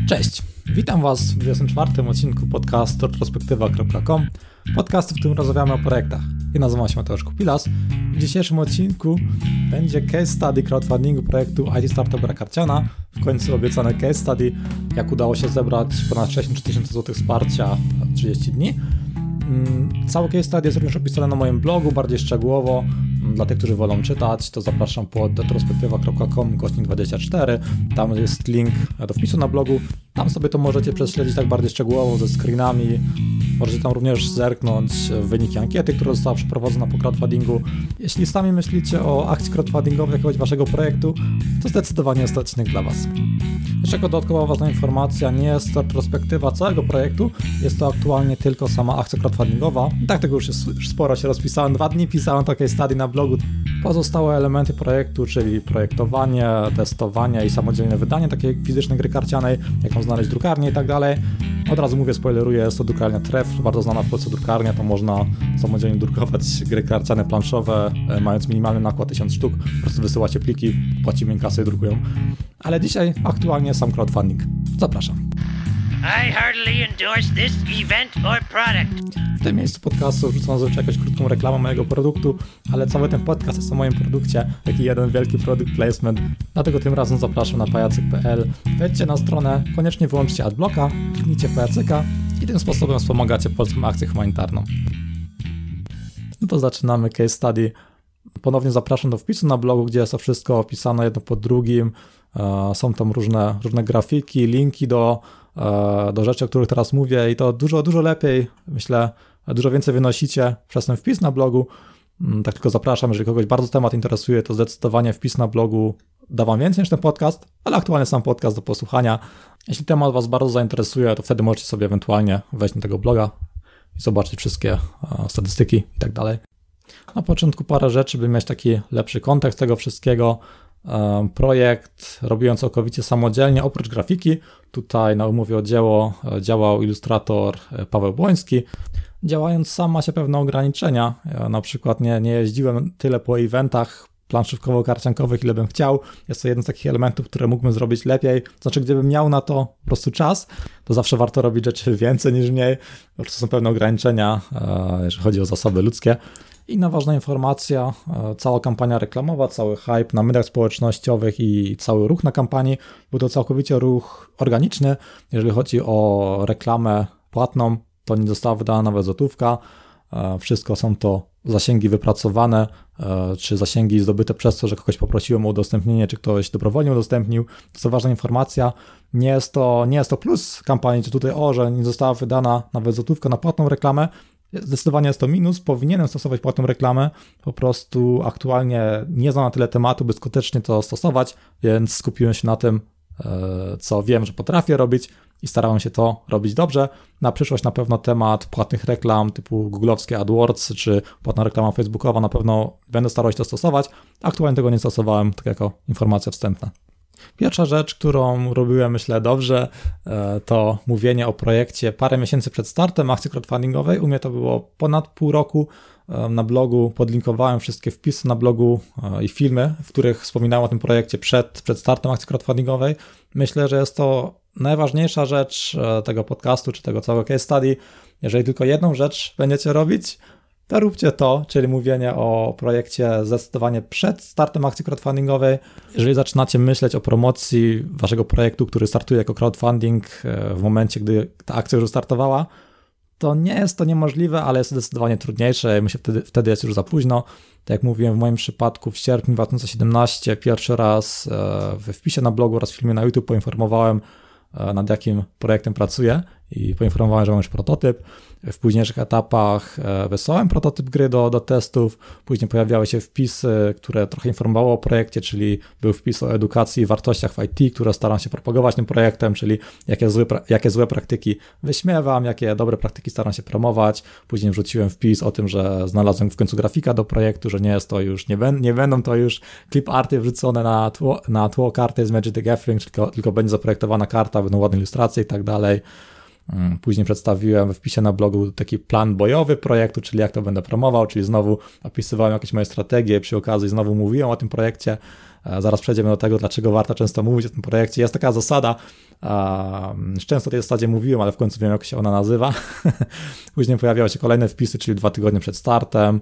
Cześć, witam Was w 24. odcinku podcastu retrospektywa.com, podcastu, w którym rozmawiamy o projektach. Ja nazywam się Mateusz Kupilas. W dzisiejszym odcinku będzie case study crowdfundingu projektu IT Startupera Karciana. W końcu obiecane case study, jak udało się zebrać ponad 63 000 zł wsparcia w 30 dni. Cały case study jest również opisany na moim blogu, bardziej szczegółowo. Dla tych, którzy wolą czytać, to zapraszam pod retrospektywa.com/24. Tam jest link do wpisu na blogu. Tam sobie to możecie prześledzić tak bardziej szczegółowo ze screenami. Możecie tam również zerknąć w wyniki ankiety, która została przeprowadzona po crowdfundingu. Jeśli sami myślicie o akcji crowdfundingowej jakiegoś waszego projektu, to zdecydowanie jest to odcinek dla Was. Jeszcze dodatkowa ważna informacja, nie jest to retrospektywa całego projektu, jest to aktualnie tylko sama akcja crowdfundingowa. I tak tego już jest sporo, się rozpisałem, 2 dni pisałem takie study na blogu. Pozostałe elementy projektu, czyli projektowanie, testowanie i samodzielne wydanie takiej fizycznej gry karcianej, jak ją znaleźć drukarnię i tak dalej. Od razu mówię, spoileruję, jest to drukarnia Tref, bardzo znana w Polsce drukarnia, to można samodzielnie drukować gry karciane planszowe, mając minimalny nakład 1000 sztuk, po prostu wysyłacie pliki, płacimy im kasę i drukują. Ale dzisiaj aktualnie sam crowdfunding. Zapraszam. I heartily endorse this event or product. W tym miejscu podcastu wrzucam zazwyczaj jakąś krótką reklamę mojego produktu, ale cały ten podcast jest o moim produkcie, taki jeden wielki product placement. Dlatego tym razem zapraszam na pajacyk.pl. Wejdźcie na stronę, koniecznie wyłączcie adblocka, kliknijcie pajacyka i tym sposobem wspomagacie polską akcję humanitarną. No to zaczynamy case study. Ponownie zapraszam do wpisu na blogu, gdzie jest to wszystko opisane jedno po drugim. Są tam różne grafiki, linki do rzeczy, o których teraz mówię i to dużo lepiej, myślę, dużo więcej wynosicie przez ten wpis na blogu. Tak tylko zapraszam, jeżeli kogoś bardzo temat interesuje, to zdecydowanie wpis na blogu da Wam więcej niż ten podcast, ale aktualnie sam podcast do posłuchania. Jeśli temat Was bardzo zainteresuje, to wtedy możecie sobie ewentualnie wejść na tego bloga i zobaczyć wszystkie statystyki i tak dalej. Na początku parę rzeczy, by mieć taki lepszy kontekst tego wszystkiego. Projekt robiłem całkowicie samodzielnie, oprócz grafiki. Tutaj na umowie o dzieło działał ilustrator Paweł Błoński. Działając sam ma się pewne ograniczenia. Ja na przykład nie jeździłem tyle po eventach planszówkowo-karciankowych, ile bym chciał. Jest to jeden z takich elementów, które mógłbym zrobić lepiej. Znaczy, gdybym miał na to po prostu czas, to zawsze warto robić rzeczy więcej niż mniej. Po prostu są pewne ograniczenia, jeżeli chodzi o zasoby ludzkie. Inna ważna informacja, cała kampania reklamowa, cały hype na mediach społecznościowych i cały ruch na kampanii był to całkowicie ruch organiczny. Jeżeli chodzi o reklamę płatną, to nie została wydana nawet złotówka. Wszystko są to zasięgi wypracowane, czy zasięgi zdobyte przez to, że kogoś poprosiłem o udostępnienie, czy ktoś dobrowolnie udostępnił. To jest ważna informacja. Nie jest to plus kampanii, czy tutaj że nie została wydana nawet złotówka na płatną reklamę. Zdecydowanie jest to minus, powinienem stosować płatną reklamę, po prostu aktualnie nie znam na tyle tematu, by skutecznie to stosować, więc skupiłem się na tym, co wiem, że potrafię robić i starałem się to robić dobrze. Na przyszłość na pewno temat płatnych reklam typu googlowskie AdWords czy płatna reklama facebookowa na pewno będę starał się to stosować. Aktualnie tego nie stosowałem, tak jako informacja wstępna. Pierwsza rzecz, którą robiłem, myślę, dobrze, to mówienie o projekcie parę miesięcy przed startem akcji crowdfundingowej. U mnie to było ponad pół roku. Na blogu podlinkowałem wszystkie wpisy na blogu i filmy, w których wspominałem o tym projekcie przed startem akcji crowdfundingowej. Myślę, że jest to najważniejsza rzecz tego podcastu, czy tego całego case study. Jeżeli tylko jedną rzecz będziecie robić, to róbcie to, czyli mówienie o projekcie zdecydowanie przed startem akcji crowdfundingowej. Jeżeli zaczynacie myśleć o promocji waszego projektu, który startuje jako crowdfunding w momencie, gdy ta akcja już startowała, to nie jest to niemożliwe, ale jest zdecydowanie trudniejsze. Myślę, wtedy jest już za późno. Tak jak mówiłem w moim przypadku, w sierpniu 2017 pierwszy raz we wpisie na blogu oraz w filmie na YouTube poinformowałem, nad jakim projektem pracuję i poinformowałem, że mam już prototyp. W późniejszych etapach wysłałem prototyp gry do testów, później pojawiały się wpisy, które trochę informowały o projekcie, czyli był wpis o edukacji i wartościach w IT, które staram się propagować tym projektem, czyli jakie złe praktyki wyśmiewam, jakie dobre praktyki staram się promować. Później wrzuciłem wpis o tym, że znalazłem w końcu grafika do projektu, że nie jest to już, nie będą to już clip arty wrzucone na tło karty z Magic the Gathering, tylko będzie zaprojektowana karta, będą ładne ilustracje i tak dalej. Później przedstawiłem w wpisie na blogu taki plan bojowy projektu, czyli jak to będę promował, czyli znowu opisywałem jakieś moje strategie, przy okazji znowu mówiłem o tym projekcie. Zaraz przejdziemy do tego, dlaczego warto często mówić o tym projekcie. Jest taka zasada, często o tej zasadzie mówiłem, ale w końcu wiem, jak się ona nazywa. Później pojawiały się kolejne wpisy, czyli 2 tygodnie przed startem.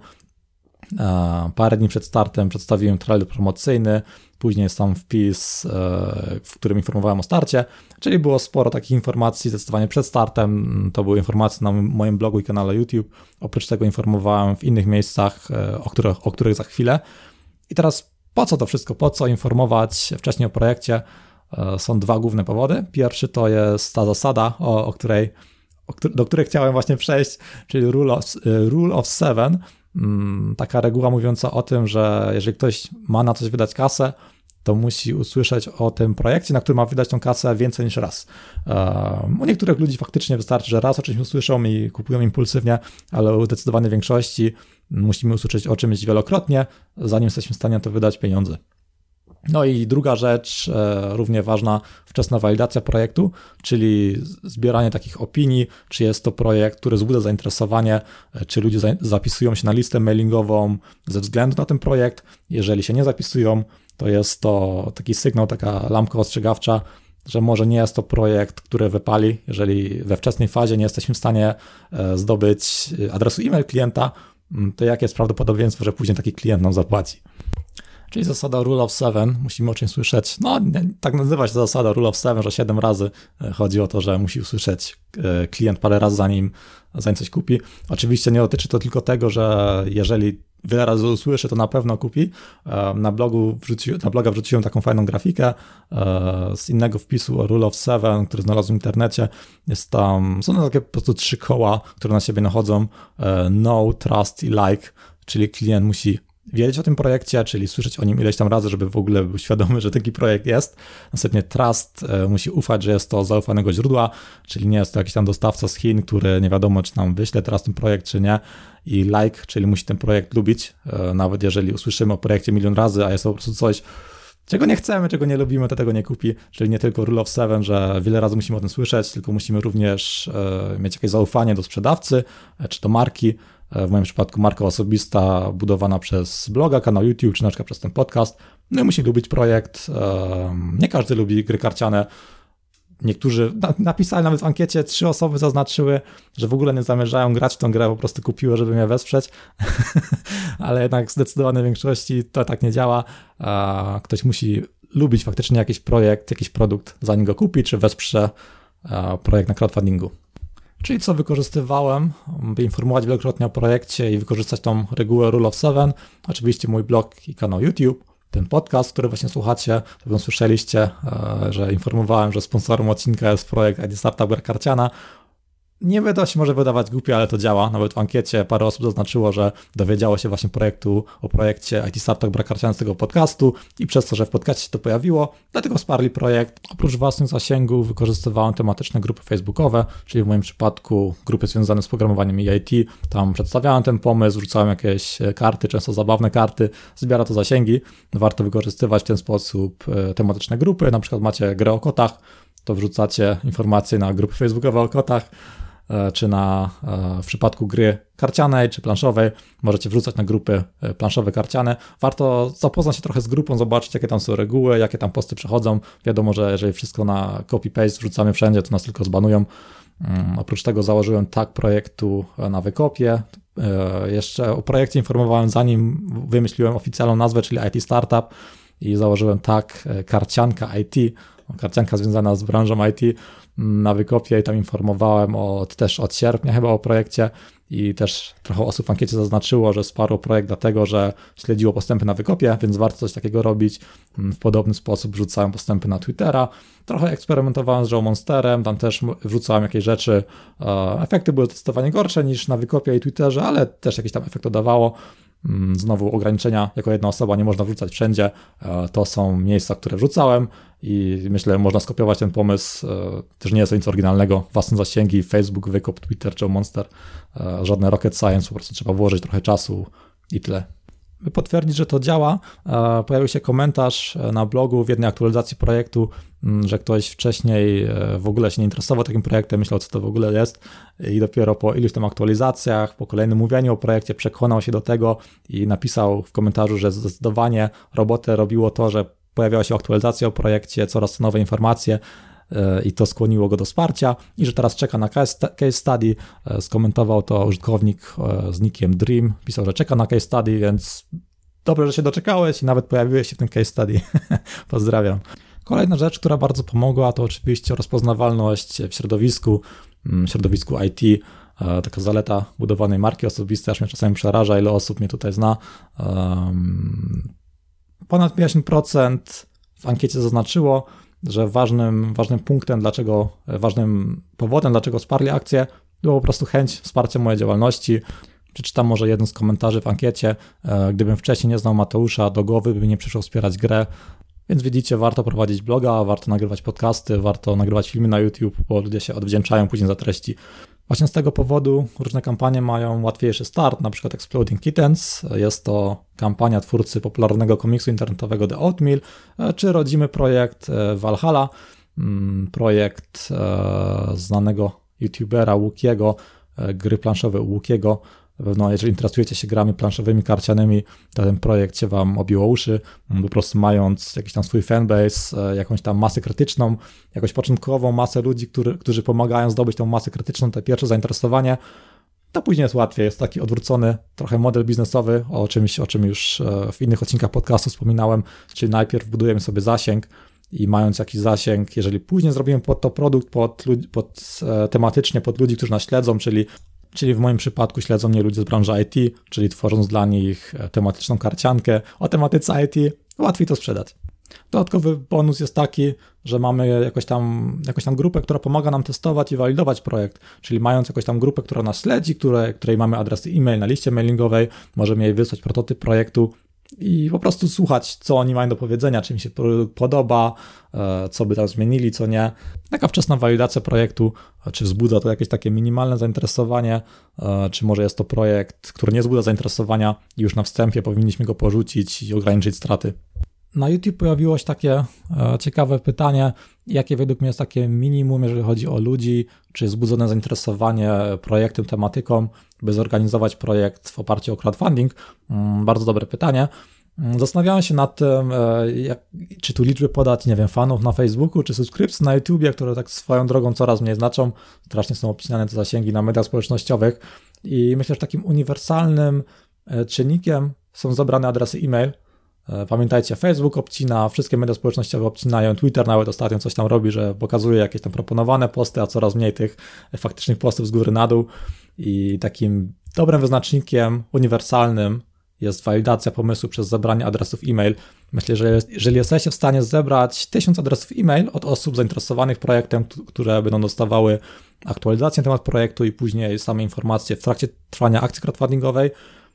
Parę dni przed startem przedstawiłem trailer promocyjny, później jest tam wpis, w którym informowałem o starcie, czyli było sporo takich informacji zdecydowanie przed startem. To były informacje na moim blogu i kanale YouTube. Oprócz tego informowałem w innych miejscach, o których za chwilę. I teraz po co to wszystko? Po co informować wcześniej o projekcie? Są 2 główne powody. Pierwszy to jest ta zasada, do której chciałem właśnie przejść, czyli Rule of 7. Taka reguła mówiąca o tym, że jeżeli ktoś ma na coś wydać kasę, to musi usłyszeć o tym projekcie, na który ma wydać tą kasę więcej niż raz. U niektórych ludzi faktycznie wystarczy, że raz o czymś usłyszą i kupują impulsywnie, ale u zdecydowanej większości musimy usłyszeć o czymś wielokrotnie, zanim jesteśmy w stanie na to wydać pieniądze. No i druga rzecz, równie ważna, wczesna walidacja projektu, czyli zbieranie takich opinii, czy jest to projekt, który wzbudza zainteresowanie, czy ludzie zapisują się na listę mailingową ze względu na ten projekt. Jeżeli się nie zapisują, to jest to taki sygnał, taka lampka ostrzegawcza, że może nie jest to projekt, który wypali. Jeżeli we wczesnej fazie nie jesteśmy w stanie zdobyć adresu e-mail klienta, to jakie jest prawdopodobieństwo, że później taki klient nam zapłaci? Czyli zasada Rule of 7, musimy o czymś słyszeć, tak nazywa się zasada Rule of 7, że 7 razy chodzi o to, że musi usłyszeć klient parę razy zanim coś kupi. Oczywiście nie dotyczy to tylko tego, że jeżeli wiele razy usłyszy, to na pewno kupi. Na bloga wrzuciłem taką fajną grafikę z innego wpisu o Rule of 7, który znalazłem w internecie. Są takie po prostu 3 koła, które na siebie nachodzą. Know, trust i like, czyli klient musi wiedzieć o tym projekcie, czyli słyszeć o nim ileś tam razy, żeby w ogóle był świadomy, że taki projekt jest. Następnie trust, musi ufać, że jest to z zaufanego źródła, czyli nie jest to jakiś tam dostawca z Chin, który nie wiadomo, czy nam wyśle teraz ten projekt, czy nie. I like, czyli musi ten projekt lubić, nawet jeżeli usłyszymy o projekcie 1 000 000 razy, a jest to po prostu coś, czego nie chcemy, czego nie lubimy, to tego nie kupi. Czyli nie tylko Rule of 7, że wiele razy musimy o tym słyszeć, tylko musimy również mieć jakieś zaufanie do sprzedawcy, czy do marki. W moim przypadku marka osobista budowana przez bloga, kanał YouTube, czy na przykład przez ten podcast. No i musi lubić projekt. Nie każdy lubi gry karciane. Niektórzy napisali nawet w ankiecie, 3 osoby zaznaczyły, że w ogóle nie zamierzają grać w tą grę, po prostu kupiły, żeby mnie wesprzeć. Ale jednak w zdecydowanej większości to tak nie działa. Ktoś musi lubić faktycznie jakiś projekt, jakiś produkt, zanim go kupi, czy wesprze projekt na crowdfundingu. Czyli co wykorzystywałem, by informować wielokrotnie o projekcie i wykorzystać tą regułę Rule of 7. Oczywiście mój blog i kanał YouTube, ten podcast, który właśnie słuchacie, to słyszeliście, że informowałem, że sponsorem odcinka jest projekt ID Startup Gra Karciana. Nie to się może wydawać głupie, ale to działa. Nawet w ankiecie parę osób zaznaczyło, że dowiedziało się właśnie o projekcie IT Startup Gra Karciana z tego podcastu i przez to, że w podcaście się to pojawiło, dlatego wsparli projekt. Oprócz własnych zasięgów wykorzystywałem tematyczne grupy facebookowe, czyli w moim przypadku grupy związane z programowaniem i IT. Tam przedstawiałem ten pomysł, wrzucałem jakieś karty, często zabawne karty, zbiera to zasięgi. Warto wykorzystywać w ten sposób tematyczne grupy. Na przykład macie grę o kotach, to wrzucacie informacje na grupy facebookowe o kotach, czy w przypadku gry karcianej czy planszowej możecie wrzucać na grupy planszowe, karciane. Warto zapoznać się trochę z grupą, zobaczyć jakie tam są reguły, jakie tam posty przechodzą. Wiadomo, że jeżeli wszystko na copy-paste wrzucamy wszędzie, to nas tylko zbanują. Oprócz tego założyłem tag projektu na Wykopie. Jeszcze o projekcie informowałem zanim wymyśliłem oficjalną nazwę, czyli IT Startup i założyłem tag karcianka IT, karcianka związana z branżą IT na Wykopie i tam informowałem też od sierpnia chyba o projekcie i też trochę osób w ankiecie zaznaczyło, że wsparło projekt dlatego, że śledziło postępy na Wykopie, więc warto coś takiego robić. W podobny sposób wrzucałem postępy na Twittera. Trochę eksperymentowałem z Joe Monsterem, tam też wrzucałem jakieś rzeczy. Efekty były zdecydowanie gorsze niż na Wykopie i Twitterze, ale też jakiś tam efekt to dawało. Znowu ograniczenia, jako jedna osoba nie można wrzucać wszędzie. To są miejsca, które wrzucałem i myślę, można skopiować ten pomysł. Też nie jest to nic oryginalnego. Własne zasięgi, Facebook, Wykop, Twitter czy Monster. Żadne rocket science, po prostu trzeba włożyć trochę czasu i tyle. By potwierdzić, że to działa, pojawił się komentarz na blogu w jednej aktualizacji projektu, że ktoś wcześniej w ogóle się nie interesował takim projektem, myślał, co to w ogóle jest i dopiero po iluś tam aktualizacjach, po kolejnym mówieniu o projekcie przekonał się do tego i napisał w komentarzu, że zdecydowanie robotę robiło to, że pojawiała się aktualizacja o projekcie, coraz nowe informacje i to skłoniło go do wsparcia i że teraz czeka na case study. Skomentował to użytkownik z nickiem Dream, pisał, że czeka na case study, więc dobrze, że się doczekałeś i nawet pojawiłeś się w tym case study. Pozdrawiam. Kolejna rzecz, która bardzo pomogła, to oczywiście rozpoznawalność w środowisku IT. Taka zaleta budowanej marki osobistej, aż mnie czasami przeraża, ile osób mnie tutaj zna. Ponad 50% w ankiecie zaznaczyło, że ważnym punktem, ważnym powodem, dlaczego wsparli akcję, było po prostu chęć wsparcia mojej działalności. Przeczytam może jeden z komentarzy w ankiecie. Gdybym wcześniej nie znał Mateusza, do głowy by mi nie przyszło wspierać grę. Więc widzicie, warto prowadzić bloga, warto nagrywać podcasty, warto nagrywać filmy na YouTube, bo ludzie się odwdzięczają później za treści. Właśnie z tego powodu różne kampanie mają łatwiejszy start, na przykład Exploding Kittens, jest to kampania twórcy popularnego komiksu internetowego The Oatmeal, czy rodzimy projekt Valhalla, projekt znanego youtubera Łukiego, gry planszowe Łukiego. Na pewno jeżeli interesujecie się grami planszowymi, karcianymi, to ten projekt się wam obiło uszy, po prostu mając jakiś tam swój fanbase, jakąś tam masę krytyczną, jakąś początkową masę ludzi, którzy pomagają zdobyć tą masę krytyczną, te pierwsze zainteresowanie, to później jest łatwiej, jest taki odwrócony trochę model biznesowy, o czym już w innych odcinkach podcastu wspominałem, czyli najpierw budujemy sobie zasięg i mając jakiś zasięg, jeżeli później zrobimy pod to produkt, tematycznie pod ludzi, którzy nas śledzą, czyli w moim przypadku śledzą mnie ludzie z branży IT, czyli tworząc dla nich tematyczną karciankę o tematyce IT, łatwiej to sprzedać. Dodatkowy bonus jest taki, że mamy jakąś tam grupę, która pomaga nam testować i walidować projekt, czyli mając jakąś tam grupę, która nas śledzi, której mamy adresy e-mail na liście mailingowej, możemy jej wysłać prototyp projektu i po prostu słuchać, co oni mają do powiedzenia, czy mi się produkt podoba, co by tam zmienili, co nie. Taka wczesna walidacja projektu, czy wzbudza to jakieś takie minimalne zainteresowanie, czy może jest to projekt, który nie wzbudza zainteresowania i już na wstępie powinniśmy go porzucić i ograniczyć straty. Na YouTube pojawiło się takie ciekawe pytanie, jakie według mnie jest takie minimum, jeżeli chodzi o ludzi, czy wzbudzone zainteresowanie projektem, tematyką, by zorganizować projekt w oparciu o crowdfunding. Bardzo dobre pytanie. Zastanawiałem się nad tym, czy tu liczby podać, nie wiem, fanów na Facebooku, czy subskrypcji na YouTubie, które tak swoją drogą coraz mniej znaczą. Strasznie są obcinane te zasięgi na mediach społecznościowych i myślę, że takim uniwersalnym czynnikiem są zebrane adresy e-mail. Pamiętajcie, Facebook obcina, wszystkie media społecznościowe obcinają, Twitter nawet ostatnio coś tam robi, że pokazuje jakieś tam proponowane posty, a coraz mniej tych faktycznych postów z góry na dół i takim dobrym wyznacznikiem uniwersalnym jest walidacja pomysłu przez zebranie adresów e-mail. Myślę, że jeżeli jesteście w stanie zebrać 1000 adresów e-mail od osób zainteresowanych projektem, które będą dostawały aktualizację na temat projektu i później same informacje w trakcie trwania akcji crowdfundingowej,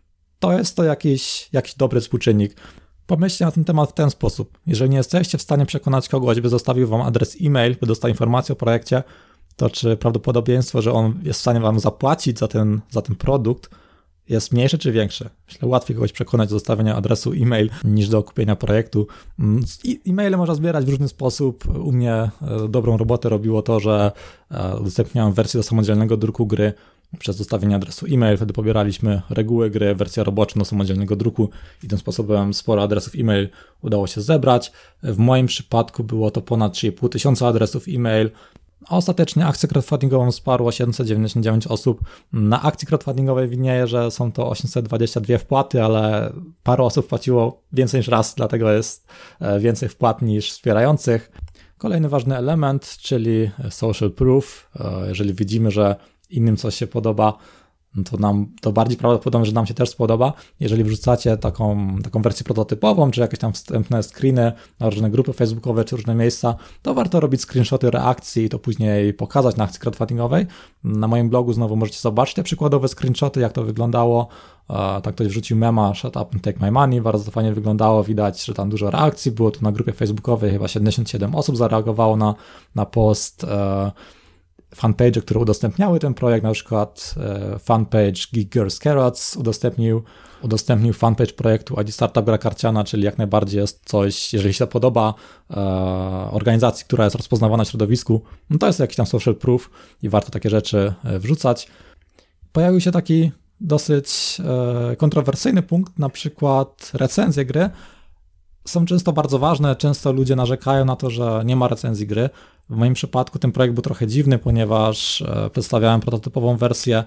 to jest to jakiś dobry współczynnik. Pomyślcie na ten temat w ten sposób. Jeżeli nie jesteście w stanie przekonać kogoś, by zostawił wam adres e-mail, by dostał informację o projekcie, to czy prawdopodobieństwo, że on jest w stanie wam zapłacić za ten produkt, jest mniejsze czy większe? Myślę, łatwiej kogoś przekonać do zostawienia adresu e-mail niż do kupienia projektu. E-maile można zbierać w różny sposób. U mnie dobrą robotę robiło to, że udostępniałem wersję do samodzielnego druku gry przez zostawienie adresu e-mail. Wtedy pobieraliśmy reguły gry, wersję roboczą do samodzielnego druku i tym sposobem sporo adresów e-mail udało się zebrać. W moim przypadku było to ponad 3500 adresów e-mail. A ostatecznie akcję crowdfundingową wsparło 799 osób. Na akcji crowdfundingowej widnieje, że są to 822 wpłaty, ale parę osób wpłaciło więcej niż raz, dlatego jest więcej wpłat niż wspierających. Kolejny ważny element, czyli social proof. Jeżeli widzimy, że innym coś się podoba, to bardziej prawdopodobne, że nam się też spodoba. Jeżeli wrzucacie taką wersję prototypową, czy jakieś tam wstępne screeny na różne grupy facebookowe, czy różne miejsca, to warto robić screenshoty reakcji i to później pokazać na akcji crowdfundingowej. Na moim blogu znowu możecie zobaczyć te przykładowe screenshoty, jak to wyglądało. Tak ktoś wrzucił mema, shut up and take my money, bardzo fajnie wyglądało, widać, że tam dużo reakcji, było tu na grupie facebookowej, chyba 77 osób zareagowało na post. fanpage, które udostępniały ten projekt, na przykład fanpage Geek Girls Carrots udostępnił fanpage projektu ID Startup Gra Karciana, czyli jak najbardziej jest coś, jeżeli się to podoba organizacji, która jest rozpoznawana w środowisku, no to jest jakiś tam social proof i warto takie rzeczy wrzucać. Pojawił się taki dosyć kontrowersyjny punkt, na przykład recenzje gry są często bardzo ważne, często ludzie narzekają na to, że nie ma recenzji gry. W moim przypadku ten projekt był trochę dziwny, ponieważ przedstawiałem prototypową wersję,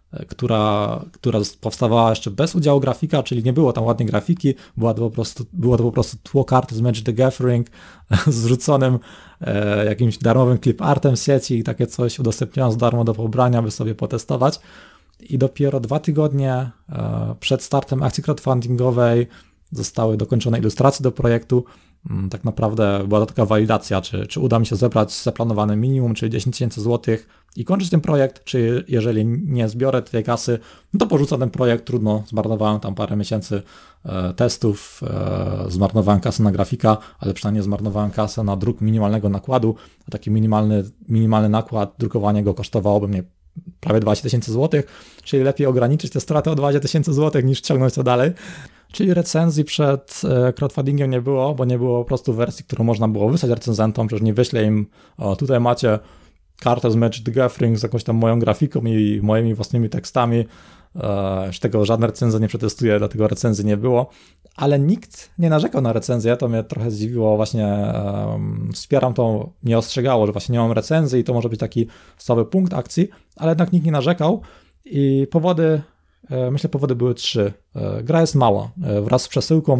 która powstawała jeszcze bez udziału grafika, czyli nie było tam ładnej grafiki, było to po prostu tło karty z Magic the Gathering z wrzuconym jakimś darmowym clip artem z sieci i takie coś udostępniałem za darmo do pobrania, by sobie potestować. I dopiero 2 tygodnie przed startem akcji crowdfundingowej zostały dokończone ilustracje do projektu. Tak naprawdę była to taka walidacja, czy uda mi się zebrać zaplanowane minimum, czyli 10 000 złotych i kończyć ten projekt, czy jeżeli nie zbiorę tej kasy, no to porzucę ten projekt, trudno, zmarnowałem tam parę miesięcy testów, zmarnowałem kasę na grafika, ale przynajmniej zmarnowałem kasę na druk minimalnego nakładu, a taki minimalny nakład, drukowanie go kosztowałoby mnie prawie 20 000 złotych, czyli lepiej ograniczyć te straty o 20 000 złotych niż ciągnąć to dalej. Czyli recenzji przed crowdfundingiem nie było, bo nie było po prostu wersji, którą można było wysłać recenzentom, przecież nie wyślę im, tutaj macie kartę z Magic the Gathering z jakąś tam moją grafiką i moimi własnymi tekstami. Już tego żadna recenzja nie przetestuje, dlatego recenzji nie było, ale nikt nie narzekał na recenzję, to mnie trochę zdziwiło, właśnie wspieram to, nie ostrzegało, że właśnie nie mam recenzji i to może być taki słaby punkt akcji, ale jednak nikt nie narzekał i powody były 3. Gra jest mała. Wraz z przesyłką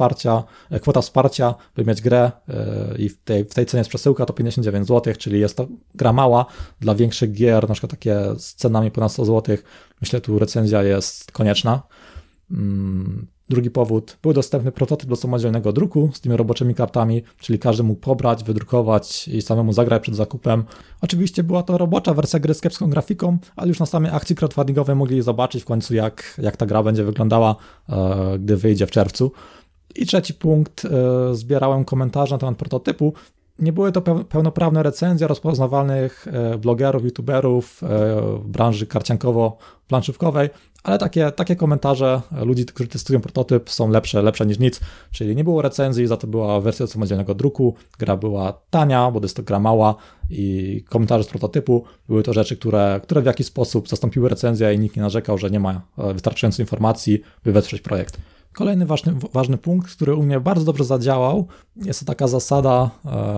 kwota wsparcia, by mieć grę i w tej cenie jest przesyłka, to 59 zł, czyli jest to gra mała. Dla większych gier, na przykład takie z cenami ponad 100 zł, myślę, tu recenzja jest konieczna. Drugi powód, był dostępny prototyp do samodzielnego druku z tymi roboczymi kartami, czyli każdy mógł pobrać, wydrukować i samemu zagrać przed zakupem. Oczywiście była to robocza wersja gry z kiepską grafiką, ale już na samej akcji crowdfundingowej mogli zobaczyć w końcu, jak ta gra będzie wyglądała, gdy wyjdzie w czerwcu. I trzeci punkt, zbierałem komentarze na temat prototypu. Nie były to pełnoprawne recenzje rozpoznawalnych blogerów, youtuberów w branży karciankowo-planszówkowej, ale takie komentarze ludzi, którzy testują prototyp, są lepsze niż nic, czyli nie było recenzji, za to była wersja do samodzielnego druku, gra była tania, bo jest to gra mała i komentarze z prototypu były to rzeczy, które w jakiś sposób zastąpiły recenzję i nikt nie narzekał, że nie ma wystarczająco informacji, by wesprzeć projekt. Kolejny ważny punkt, który u mnie bardzo dobrze zadziałał, jest to taka zasada,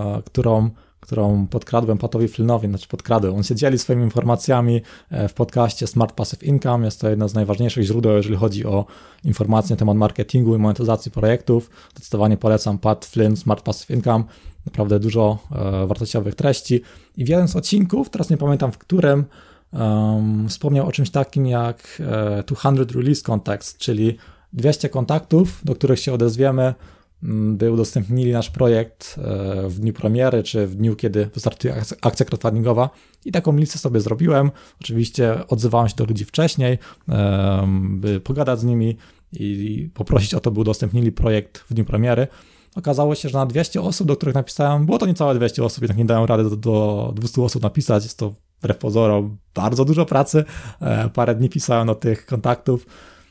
którą podkradłem Patowi Flynnowi, on się dzieli swoimi informacjami w podcaście Smart Passive Income, jest to jedno z najważniejszych źródeł, jeżeli chodzi o informacje na temat marketingu i monetyzacji projektów. Zdecydowanie polecam Pat Flynn, Smart Passive Income, naprawdę dużo wartościowych treści i w jeden z odcinków, teraz nie pamiętam w którym, wspomniał o czymś takim jak 200 Release Contacts, czyli 200 kontaktów, do których się odezwiemy, by udostępnili nasz projekt w dniu premiery, czy w dniu, kiedy wystartuje akcja crowdfundingowa. I taką listę sobie zrobiłem. Oczywiście odzywałem się do ludzi wcześniej, by pogadać z nimi i poprosić o to, by udostępnili projekt w dniu premiery. Okazało się, że na 200 osób, do których napisałem, było to niecałe 200 osób, jednak nie dałem rady do 200 osób napisać. Jest to wbrew pozorom bardzo dużo pracy. Parę dni pisałem do tych kontaktów.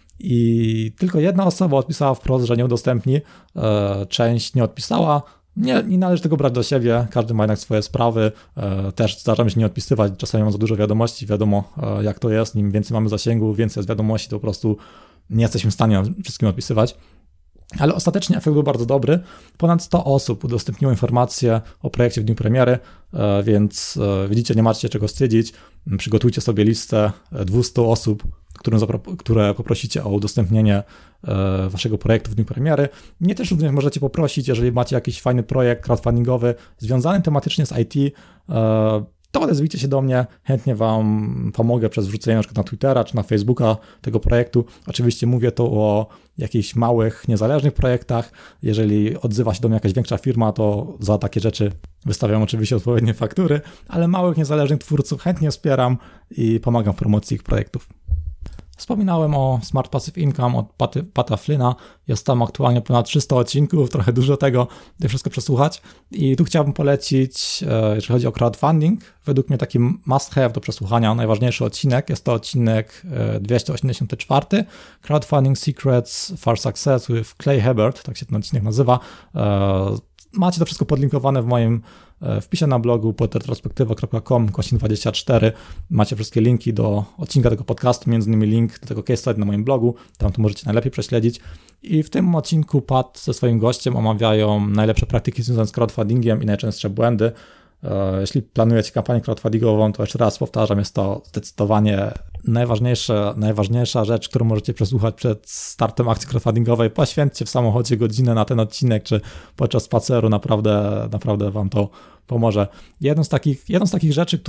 I tylko jedna osoba odpisała wprost, że nie udostępni, część nie odpisała. Nie należy tego brać do siebie, każdy ma jednak swoje sprawy, też zdarza mi się nie odpisywać, czasami mam za dużo wiadomości, wiadomo jak to jest, im więcej mamy zasięgu, więcej jest wiadomości, to po prostu nie jesteśmy w stanie wszystkim odpisywać. Ale ostatecznie efekt był bardzo dobry. Ponad 100 osób udostępniło informacje o projekcie w dniu premiery, więc widzicie, nie macie czego wstydzić. Przygotujcie sobie listę 200 osób, które poprosicie o udostępnienie waszego projektu w dniu premiery. Mnie też również możecie poprosić, jeżeli macie jakiś fajny projekt crowdfundingowy związany tematycznie z IT, to odezwijcie się do mnie, chętnie wam pomogę przez wrzucenie na przykład na Twittera czy na Facebooka tego projektu. Oczywiście mówię tu o jakichś małych, niezależnych projektach. Jeżeli odzywa się do mnie jakaś większa firma, to za takie rzeczy wystawiam oczywiście odpowiednie faktury, ale małych, niezależnych twórców chętnie wspieram i pomagam w promocji ich projektów. Wspominałem o Smart Passive Income od Pata Flynna. Jest tam aktualnie ponad 300 odcinków, trochę dużo tego, by wszystko przesłuchać. I tu chciałbym polecić, jeżeli chodzi o crowdfunding, według mnie taki must have do przesłuchania, najważniejszy odcinek. Jest to odcinek 284, Crowdfunding Secrets for Success with Clay Hebert, tak się ten odcinek nazywa. Macie to wszystko podlinkowane w moim wpisie na blogu pod retrospektywa.com/24. Macie wszystkie linki do odcinka tego podcastu, między innymi link do tego case study na moim blogu, tam to możecie najlepiej prześledzić. I w tym odcinku Pat ze swoim gościem omawiają najlepsze praktyki związane z crowdfundingiem i najczęstsze błędy. Jeśli planujecie kampanię crowdfundingową, to jeszcze raz powtarzam, jest to zdecydowanie najważniejsza rzecz, którą możecie przesłuchać przed startem akcji crowdfundingowej. Poświęćcie w samochodzie godzinę na ten odcinek, czy podczas spaceru, naprawdę wam to pomoże. Jedną z takich rzeczy,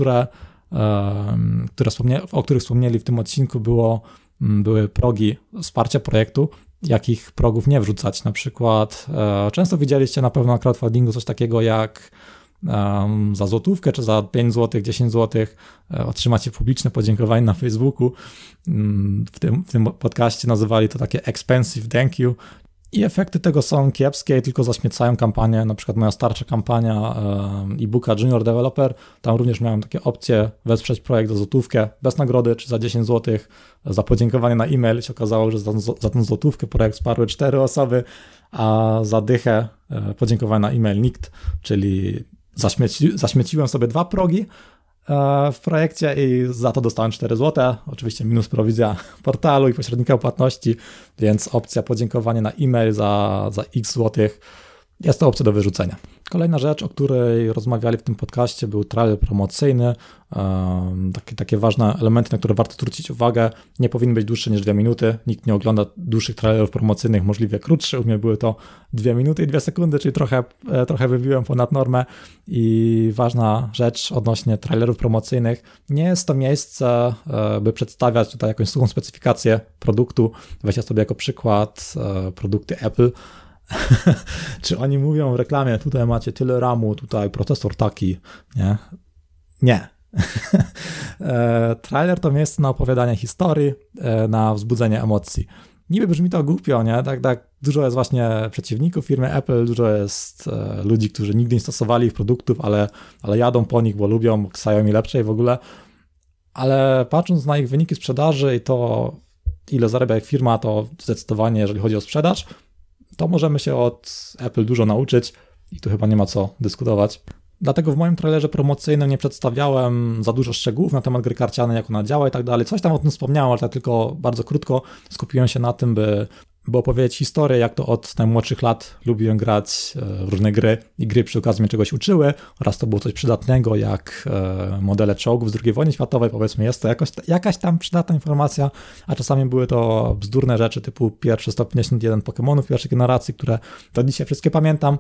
o których wspomnieli w tym odcinku, były progi wsparcia projektu, jakich progów nie wrzucać. Na przykład często widzieliście na pewno na crowdfundingu coś takiego jak za złotówkę czy za 5 zł, 10 zł otrzymacie publiczne podziękowanie na Facebooku. W tym podcaście nazywali to takie expensive thank you i efekty tego są kiepskie i tylko zaśmiecają kampanię. Na przykład moja starsza kampania e-booka Junior Developer, tam również miałem takie opcje wesprzeć projekt za złotówkę bez nagrody czy za 10 zł za podziękowanie na e-mail. Się okazało, że za tą złotówkę projekt wsparły 4 osoby, a za dychę podziękowanie na e-mail nikt, czyli zaśmieciłem sobie 2 progi w projekcie i za to dostałem 4 zł, oczywiście minus prowizja portalu i pośrednika płatności, więc opcja podziękowania na e-mail za x złotych jest to opcja do wyrzucenia. Kolejna rzecz, o której rozmawiali w tym podcaście, był trailer promocyjny. Takie ważne elementy, na które warto zwrócić uwagę. Nie powinny być dłuższe niż 2 minuty. Nikt nie ogląda dłuższych trailerów promocyjnych, możliwie krótsze. U mnie były to 2 minuty i 2 sekundy, czyli trochę wybiłem ponad normę. I ważna rzecz odnośnie trailerów promocyjnych. Nie jest to miejsce, by przedstawiać tutaj jakąś suchą specyfikację produktu. Weźcie sobie jako przykład produkty Apple. Czy oni mówią w reklamie, tutaj macie tyle RAMu, tutaj procesor taki, nie? Nie. Trailer to miejsce na opowiadanie historii, na wzbudzenie emocji. Niby brzmi to głupio, nie? Tak dużo jest właśnie przeciwników firmy Apple, dużo jest ludzi, którzy nigdy nie stosowali ich produktów, ale jadą po nich, bo lubią Xiaomi lepsze i w ogóle. Ale patrząc na ich wyniki sprzedaży i to, ile zarabia ich firma, to zdecydowanie, jeżeli chodzi o sprzedaż, to możemy się od Apple dużo nauczyć i tu chyba nie ma co dyskutować. Dlatego w moim trailerze promocyjnym nie przedstawiałem za dużo szczegółów na temat gry karcianej, jak ona działa i tak dalej. Coś tam o tym wspomniałem, ale tak tylko bardzo krótko skupiłem się na tym, by opowiedzieć historię, jak to od najmłodszych lat lubiłem grać w różne gry i gry przy okazji mnie czegoś uczyły. Oraz to było coś przydatnego, jak modele czołgów z II wojny światowej, powiedzmy, jest to jakaś tam przydatna informacja, a czasami były to bzdurne rzeczy typu pierwsze 151 Pokemonów pierwszej generacji, które do dzisiaj wszystkie pamiętam.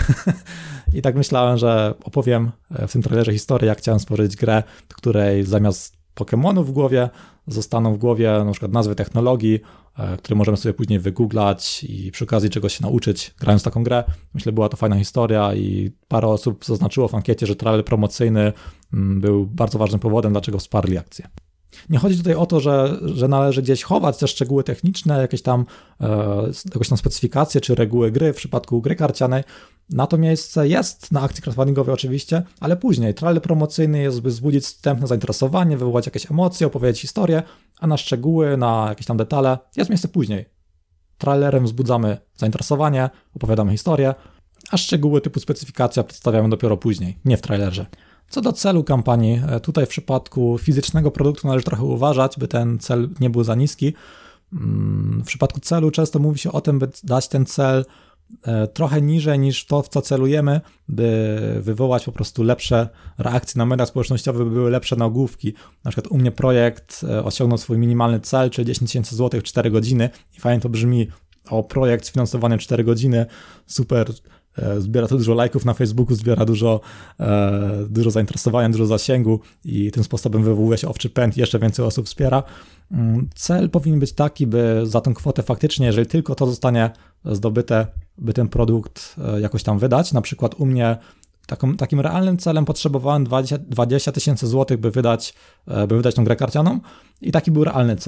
I tak myślałem, że opowiem w tym trailerze historię, jak chciałem stworzyć grę, w której zamiast Pokemonów w głowie zostaną w głowie na przykład nazwy technologii, które możemy sobie później wygooglać i przy okazji czegoś się nauczyć, grając taką grę. Myślę, była to fajna historia i parę osób zaznaczyło w ankiecie, że trailer promocyjny był bardzo ważnym powodem, dlaczego wsparli akcję. Nie chodzi tutaj o to, że należy gdzieś chować te szczegóły techniczne, jakieś tam specyfikacje czy reguły gry w przypadku gry karcianej. Na to miejsce jest na akcji crowdfundingowej oczywiście, ale później. Trailer promocyjny jest, by wzbudzić wstępne zainteresowanie, wywołać jakieś emocje, opowiedzieć historię, a na szczegóły, na jakieś tam detale jest miejsce później. Trailerem wzbudzamy zainteresowanie, opowiadamy historię, a szczegóły typu specyfikacja przedstawiamy dopiero później, nie w trailerze. Co do celu kampanii, tutaj w przypadku fizycznego produktu należy trochę uważać, by ten cel nie był za niski. W przypadku celu często mówi się o tym, by dać ten cel trochę niżej niż to, w co celujemy, by wywołać po prostu lepsze reakcje na mediach społecznościowych, by były lepsze nagłówki. Na przykład u mnie projekt osiągnął swój minimalny cel, czyli 10 000 złotych w 4 godziny i fajnie to brzmi, projekt sfinansowany 4 godziny, super, zbiera to dużo lajków na Facebooku, zbiera dużo zainteresowania, dużo zasięgu i tym sposobem wywołuje się owczy pęd i jeszcze więcej osób wspiera. Cel powinien być taki, by za tą kwotę faktycznie, jeżeli tylko to zostanie zdobyte, by ten produkt jakoś tam wydać. Na przykład u mnie takim realnym celem potrzebowałem 20 000 złotych, by wydać tą grę karcianą i taki był realny cel.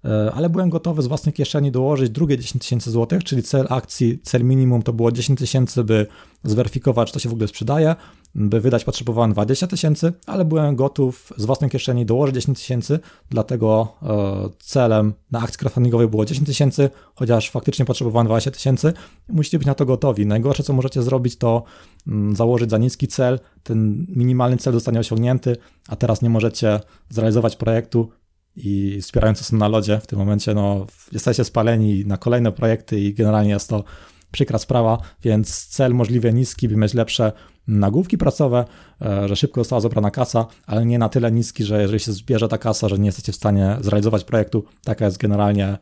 ale byłem gotowy z własnej kieszeni dołożyć drugie 10 000 złotych, czyli cel akcji, cel minimum to było 10 000, by zweryfikować, czy to się w ogóle sprzedaje. By wydać potrzebowałem 20 000, ale byłem gotów z własnej kieszeni dołożyć 10 000, dlatego celem na akcji crowdfundingowej było 10 000, chociaż faktycznie potrzebowałem 20 000. Musicie być na to gotowi. Najgorsze, co możecie zrobić, to założyć za niski cel, ten minimalny cel zostanie osiągnięty, a teraz nie możecie zrealizować projektu i wspierając się na lodzie, w tym momencie jesteście spaleni na kolejne projekty i generalnie jest to przykra sprawa, więc cel możliwie niski, by mieć lepsze nagłówki pracowe, że szybko została zebrana kasa, ale nie na tyle niski, że jeżeli się zbierze ta kasa, że nie jesteście w stanie zrealizować projektu, taka jest generalnie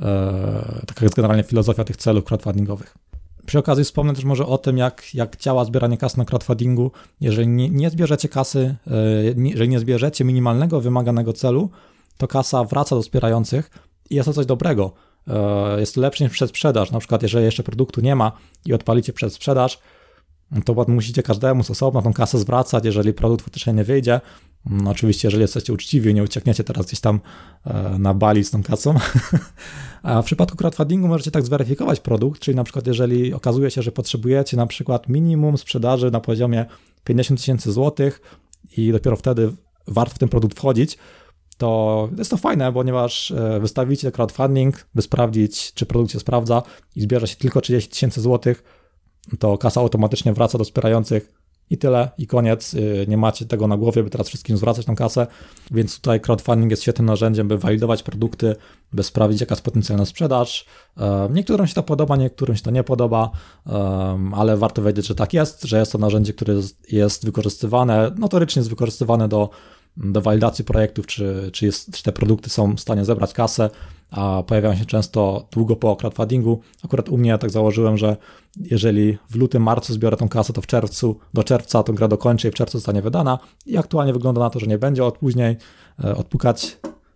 filozofia tych celów crowdfundingowych. Przy okazji wspomnę też może o tym, jak działa zbieranie kasy na crowdfundingu. Jeżeli nie zbierzecie kasy, jeżeli nie zbierzecie minimalnego wymaganego celu, to kasa wraca do wspierających i jest to coś dobrego. Jest to lepsze niż przedsprzedaż. Na przykład jeżeli jeszcze produktu nie ma i odpalicie przedsprzedaż, to potem musicie każdemu z osobna tą kasę zwracać, jeżeli produkt faktycznie nie wyjdzie. Oczywiście, jeżeli jesteście uczciwi, nie uciekniecie teraz gdzieś tam na Bali z tą kasą. A w przypadku crowdfundingu możecie tak zweryfikować produkt, czyli na przykład jeżeli okazuje się, że potrzebujecie na przykład minimum sprzedaży na poziomie 50 000 złotych i dopiero wtedy warto w ten produkt wchodzić, to jest to fajne, ponieważ wystawicie crowdfunding, by sprawdzić, czy produkt się sprawdza i zbierze się tylko 30 000 złotych, to kasa automatycznie wraca do wspierających i tyle, i koniec. Nie macie tego na głowie, by teraz wszystkim zwracać tą kasę, więc tutaj crowdfunding jest świetnym narzędziem, by walidować produkty, by sprawdzić, jaka jest potencjalna sprzedaż. Niektórym się to podoba, niektórym się to nie podoba, ale warto wiedzieć, że tak jest, że jest to narzędzie, które jest wykorzystywane, notorycznie jest wykorzystywane do walidacji projektów, czy te produkty są w stanie zebrać kasę, a pojawiają się często długo po crowdfundingu. Akurat u mnie ja tak założyłem, że jeżeli w lutym, marcu zbiorę tą kasę, to do czerwca tą grę dokończę i w czerwcu zostanie wydana i aktualnie wygląda na to, że nie będzie od później odpukać.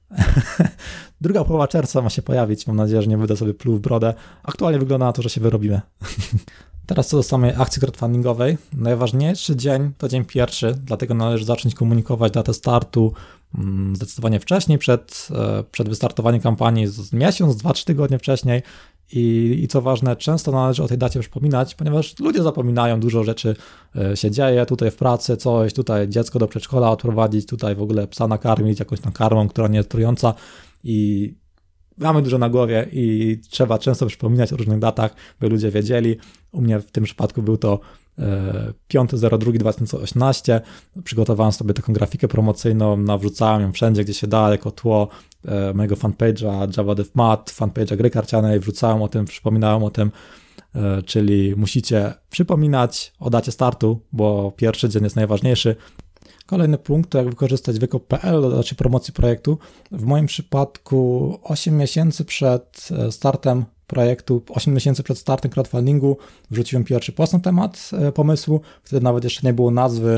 Druga połowa czerwca ma się pojawić, mam nadzieję, że nie będę sobie pluł w brodę. Aktualnie wygląda na to, że się wyrobimy. Teraz co do samej akcji crowdfundingowej. Najważniejszy dzień to dzień pierwszy, dlatego należy zacząć komunikować datę startu zdecydowanie wcześniej, przed wystartowaniem kampanii, z miesiąc, 2-3 tygodnie wcześniej. I co ważne, często należy o tej dacie przypominać, ponieważ ludzie zapominają, dużo rzeczy się dzieje, tutaj w pracy coś, tutaj dziecko do przedszkola odprowadzić, tutaj w ogóle psa nakarmić jakąś tam karmą, która nie jest trująca i mamy dużo na głowie i trzeba często przypominać o różnych datach, by ludzie wiedzieli. U mnie w tym przypadku był to 5.02.2018. Przygotowałem sobie taką grafikę promocyjną, nawrzucałem ją wszędzie, gdzie się da, jako tło mojego fanpage'a Java Dev Mat, fanpage'a gry karcianej, wrzucałem o tym, przypominałem o tym, czyli musicie przypominać o dacie startu, bo pierwszy dzień jest najważniejszy. Kolejny punkt to jak wykorzystać wykop.pl do dalszej promocji projektu. W moim przypadku 8 miesięcy przed startem projektu, 8 miesięcy przed startem crowdfundingu wrzuciłem pierwszy post na temat pomysłu. Wtedy nawet jeszcze nie było nazwy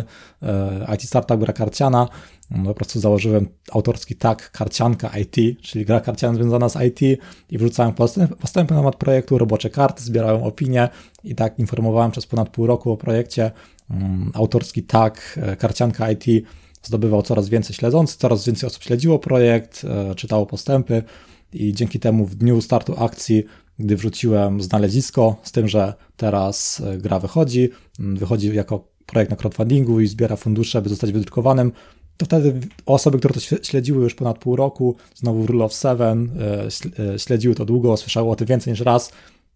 IT Startup Gra Karciana. Po prostu założyłem autorski tag karcianka IT, czyli gra karciana związana z IT i wrzucałem postępy na temat projektu, robocze karty, zbierałem opinie i tak informowałem przez ponad pół roku o projekcie. Autorski tag karcianka IT zdobywał coraz więcej śledzących, coraz więcej osób śledziło projekt, czytało postępy i dzięki temu w dniu startu akcji, gdy wrzuciłem znalezisko z tym, że teraz gra wychodzi jako projekt na crowdfundingu i zbiera fundusze, by zostać wydrukowanym, to wtedy osoby, które to śledziły już ponad pół roku, znowu Rule of Seven, śledziły to długo, słyszały o tym więcej niż raz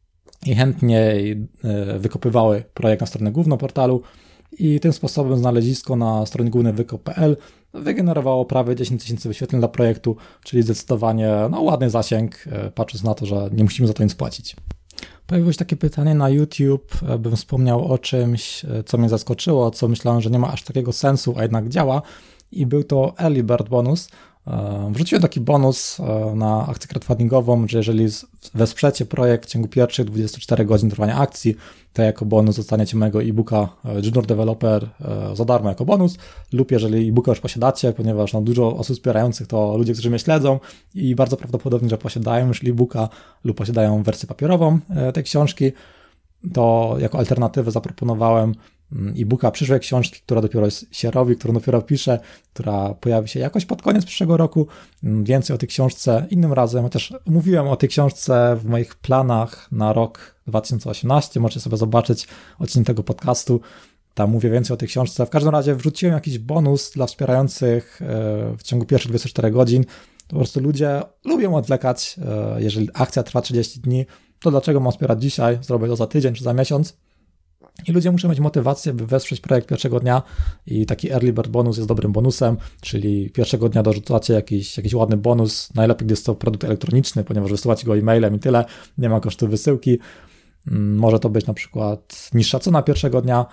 i chętnie wykopywały projekt na stronę główną portalu i tym sposobem znalezisko na stronie głównej wykop.pl wygenerowało prawie 10 000 wyświetleń dla projektu, czyli zdecydowanie ładny zasięg, patrząc na to, że nie musimy za to nic płacić. Pojawiło się takie pytanie na YouTube, bym wspomniał o czymś, co mnie zaskoczyło, co myślałem, że nie ma aż takiego sensu, a jednak działa i był to Early Bird Bonus. Wrzuciłem taki bonus na akcję crowdfundingową, że jeżeli wesprzecie projekt w ciągu pierwszych 24 godzin trwania akcji, to jako bonus dostaniecie mojego e-booka Junior Developer za darmo jako bonus, lub jeżeli e-booka już posiadacie, ponieważ dużo osób wspierających to ludzie, którzy mnie śledzą i bardzo prawdopodobnie, że posiadają już e-booka lub posiadają wersję papierową tej książki, to jako alternatywę zaproponowałem e-booka przyszłej książki, która dopiero się robi, którą dopiero piszę, która pojawi się jakoś pod koniec przyszłego roku. Więcej o tej książce innym razem, chociaż mówiłem o tej książce w moich planach na rok 2018, możecie sobie zobaczyć odcinek tego podcastu, tam mówię więcej o tej książce. W każdym razie wrzuciłem jakiś bonus dla wspierających w ciągu pierwszych 24 godzin. Po prostu ludzie lubią odwlekać, jeżeli akcja trwa 30 dni, to dlaczego mam wspierać dzisiaj, zrobię to za tydzień czy za miesiąc. I ludzie muszą mieć motywację, by wesprzeć projekt pierwszego dnia i taki early bird bonus jest dobrym bonusem, czyli pierwszego dnia dorzucacie jakiś ładny bonus, najlepiej gdy jest to produkt elektroniczny, ponieważ wysyłacie go e-mailem i tyle, nie ma kosztu wysyłki. Może to być na przykład niższa cena pierwszego dnia.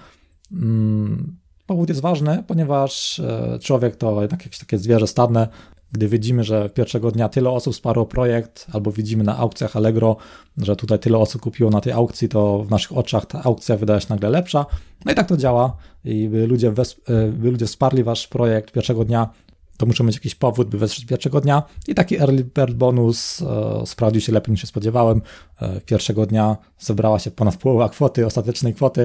Powód jest ważny, ponieważ człowiek to jednak jakieś takie zwierzę stadne. Gdy widzimy, że pierwszego dnia tyle osób wsparło projekt, albo widzimy na aukcjach Allegro, że tutaj tyle osób kupiło na tej aukcji, to w naszych oczach ta aukcja wydaje się nagle lepsza. No i tak to działa. I by ludzie wsparli wasz projekt pierwszego dnia, to muszą mieć jakiś powód, by wesprzeć pierwszego dnia. I taki early bird bonus sprawdził się lepiej niż się spodziewałem. Pierwszego dnia zebrała się ponad połowa kwoty, ostatecznej kwoty.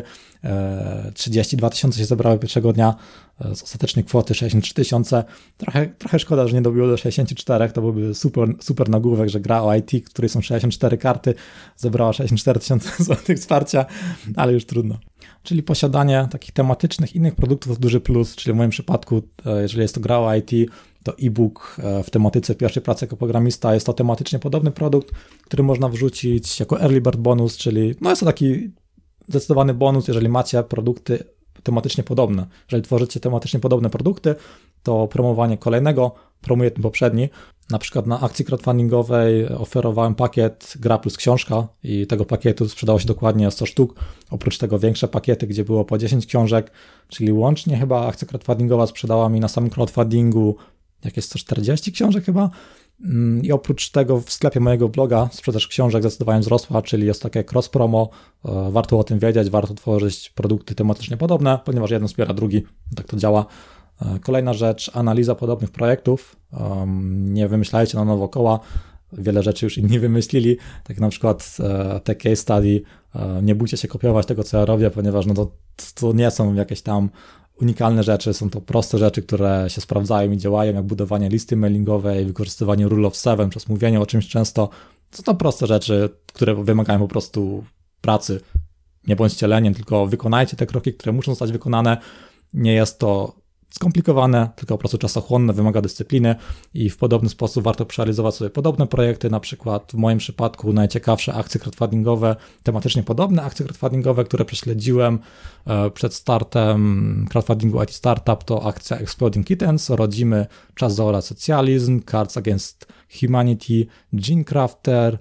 32 000 się zebrały pierwszego dnia z ostatecznej kwoty 63 000. Trochę szkoda, że nie dobiło do 64, to byłby super nagłówek, że gra o IT, w której są 64 karty, zebrała 64 000 złotych wsparcia, ale już trudno. Czyli posiadanie takich tematycznych innych produktów to duży plus, czyli w moim przypadku, jeżeli jest to gra o IT, to e-book w tematyce pierwszej pracy jako programista jest to tematycznie podobny produkt, który można wrzucić jako early bird bonus, czyli jest to taki zdecydowany bonus, jeżeli macie produkty tematycznie podobne. Jeżeli tworzycie tematycznie podobne produkty, to promowanie kolejnego promuje ten poprzedni. Na przykład na akcji crowdfundingowej oferowałem pakiet gra plus książka i tego pakietu sprzedało się dokładnie 100 sztuk. Oprócz tego większe pakiety, gdzie było po 10 książek, czyli łącznie chyba akcja crowdfundingowa sprzedała mi na samym crowdfundingu jakieś 140 książek chyba. I oprócz tego w sklepie mojego bloga sprzedaż książek zdecydowanie wzrosła, czyli jest takie cross promo, warto o tym wiedzieć, warto tworzyć produkty tematycznie podobne, ponieważ jeden wspiera drugi, tak to działa. Kolejna rzecz, analiza podobnych projektów, nie wymyślajcie na nowo koła, wiele rzeczy już inni wymyślili, tak na przykład te case study, nie bójcie się kopiować tego, co ja robię, ponieważ to nie są jakieś tam unikalne rzeczy, są to proste rzeczy, które się sprawdzają i działają, jak budowanie listy mailingowej, wykorzystywanie rule of seven przez mówienie o czymś często. Są to proste rzeczy, które wymagają po prostu pracy. Nie bądźcie leniem, tylko wykonajcie te kroki, które muszą zostać wykonane. Nie jest to skomplikowane, tylko po prostu czasochłonne, wymaga dyscypliny i w podobny sposób warto przerealizować sobie podobne projekty, na przykład w moim przypadku najciekawsze akcje crowdfundingowe, tematycznie podobne akcje crowdfundingowe, które prześledziłem przed startem crowdfundingu IT Startup, to akcja Exploding Kittens, Rodzimy, Czas zaorać socjalizm, Cards Against Humanity, Gene Crafter,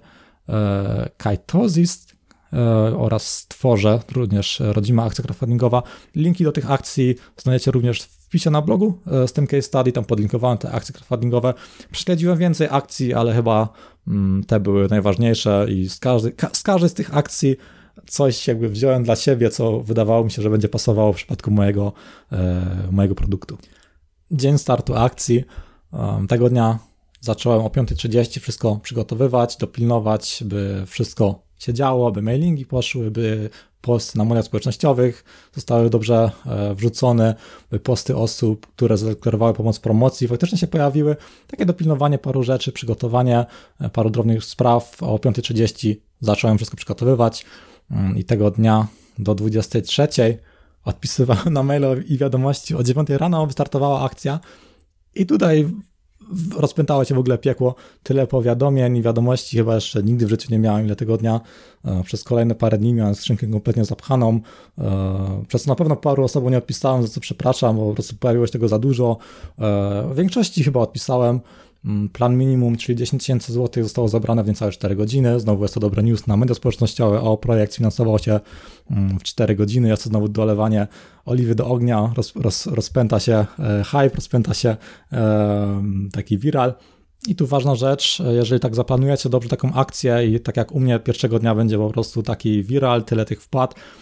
Kitosis oraz Stworze, również rodzima akcja crowdfundingowa. Linki do tych akcji znajdziecie również w wpisie na blogu z tym case study, tam podlinkowałem te akcje crowdfundingowe. Prześledziłem więcej akcji, ale chyba te były najważniejsze i z każdej z tych akcji coś jakby wziąłem dla siebie, co wydawało mi się, że będzie pasowało w przypadku mojego produktu. Dzień startu akcji. Tego dnia zacząłem o 5:30 wszystko przygotowywać, dopilnować, by wszystko się działo, by mailingi poszły, by posty na mediach społecznościowych zostały dobrze wrzucone, by posty osób, które zadeklarowały pomoc w promocji, faktycznie się pojawiły. Takie dopilnowanie paru rzeczy, przygotowanie paru drobnych spraw. O 5:30 zacząłem wszystko przygotowywać i tego dnia do 23:00 odpisywałem na maile i wiadomości. O 9:00 rano wystartowała akcja i tutaj rozpętało się w ogóle piekło. Tyle powiadomień i wiadomości chyba jeszcze nigdy w życiu nie miałem, ile tego dnia. Przez kolejne parę dni miałem skrzynkę kompletnie zapchaną. Przez na pewno paru osobom nie odpisałem, za co przepraszam, bo po prostu pojawiło się tego za dużo. W większości chyba odpisałem. Plan minimum, czyli 10 000 złotych zostało zebrane w niecałe 4 godziny. Znowu jest to dobry news na media społecznościowe. Projekt finansował się w 4 godziny. Jest to znowu dolewanie oliwy do ognia. Rozpęta się hype, rozpęta się taki viral. I tu ważna rzecz, jeżeli tak zaplanujecie dobrze taką akcję i tak jak u mnie pierwszego dnia będzie po prostu taki viral, tyle tych wpłat,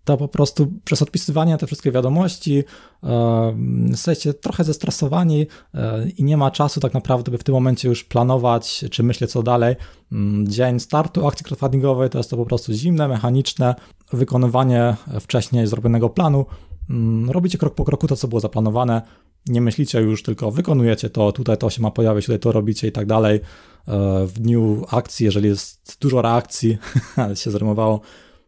to po prostu przez odpisywanie te wszystkie wiadomości jesteście trochę zestresowani i nie ma czasu tak naprawdę, by w tym momencie już planować, czy myśleć co dalej. Dzień startu akcji crowdfundingowej to jest to po prostu zimne, mechaniczne wykonywanie wcześniej zrobionego planu. Robicie krok po kroku to, co było zaplanowane. Nie myślicie już, tylko wykonujecie to, tutaj to się ma pojawić, tutaj to robicie i tak dalej. W dniu akcji, jeżeli jest dużo reakcji, ale się zrymowało,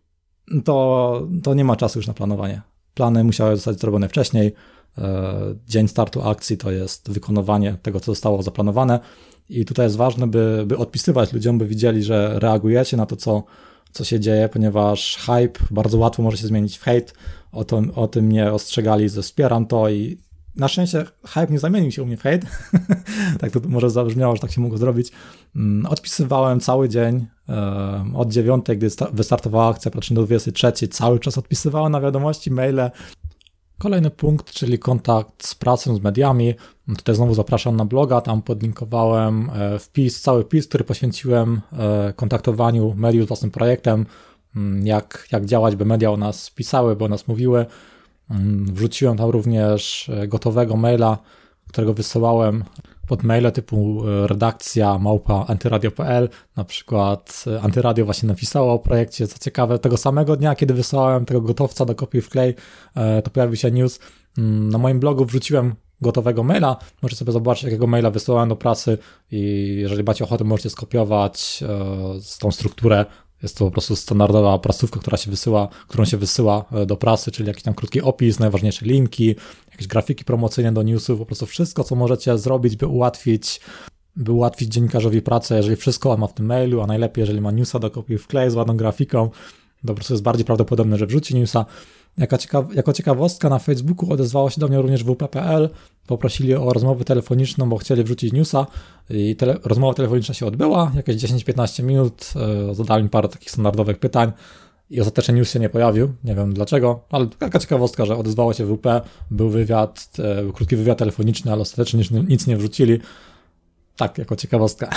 to nie ma czasu już na planowanie. Plany musiały zostać zrobione wcześniej. Dzień startu akcji to jest wykonywanie tego, co zostało zaplanowane i tutaj jest ważne, by odpisywać ludziom, by widzieli, że reagujecie na to, co się dzieje, ponieważ hype bardzo łatwo może się zmienić w hejt. O tym mnie ostrzegali, że wspieram to i na szczęście hype nie zamienił się u mnie w hejt. Tak to może zabrzmiało, że tak się mogło zrobić. Odpisywałem cały dzień, od 9, gdy wystartowała akcja, praktycznie do 23, cały czas odpisywałem na wiadomości, maile. Kolejny punkt, czyli kontakt z pracą, z mediami. Tutaj znowu zapraszam na bloga, tam podlinkowałem cały wpis, który poświęciłem kontaktowaniu mediów z własnym projektem, jak działać, by media o nas pisały, by o nas mówiły. Wrzuciłem tam również gotowego maila, którego wysyłałem pod maile typu redakcja@antyradio.pl. Na przykład Antyradio właśnie napisało o projekcie, co ciekawe, tego samego dnia, kiedy wysłałem tego gotowca do kopiuj wklej, to pojawił się news. Na moim blogu wrzuciłem gotowego maila, możecie sobie zobaczyć, jakiego maila wysłałem do pracy i jeżeli macie ochotę, możecie skopiować tą strukturę. Jest to po prostu standardowa prasówka, którą się wysyła do prasy, czyli jakiś tam krótki opis, najważniejsze linki, jakieś grafiki promocyjne do newsów, po prostu wszystko, co możecie zrobić, by ułatwić dziennikarzowi pracę, jeżeli wszystko on ma w tym mailu, a najlepiej, jeżeli ma newsa do kopiuj wklej z ładną grafiką, to po prostu jest bardziej prawdopodobne, że wrzuci newsa. Jako ciekawostka na Facebooku odezwało się do mnie również WP.pl, poprosili o rozmowę telefoniczną, bo chcieli wrzucić newsa i rozmowa telefoniczna się odbyła, jakieś 10-15 minut, zadali mi parę takich standardowych pytań i ostatecznie news się nie pojawił, nie wiem dlaczego, ale taka ciekawostka, że odezwało się WP, był wywiad, był krótki wywiad telefoniczny, ale ostatecznie nic nie wrzucili. Tak, jako ciekawostka.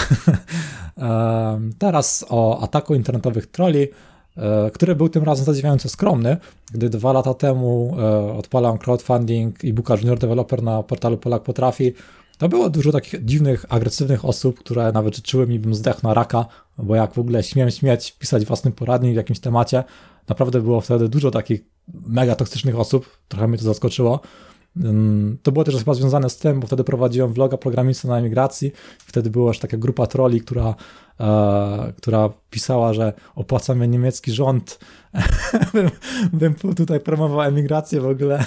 Teraz o ataku internetowych trolli, który był tym razem zadziwiająco skromny, gdy 2 lata temu odpalałem crowdfunding e-booka Junior Developer na portalu Polak Potrafi. To było dużo takich dziwnych, agresywnych osób, które nawet życzyły mi, bym zdechł na raka, bo jak w ogóle śmiem pisać własny poradnik w jakimś temacie, naprawdę było wtedy dużo takich mega toksycznych osób, trochę mnie to zaskoczyło. To było też chyba związane z tym, bo wtedy prowadziłem vloga Programisty na emigracji. Wtedy była już taka grupa trolli, która pisała, że opłaca mnie niemiecki rząd. bym tutaj promował emigrację w ogóle.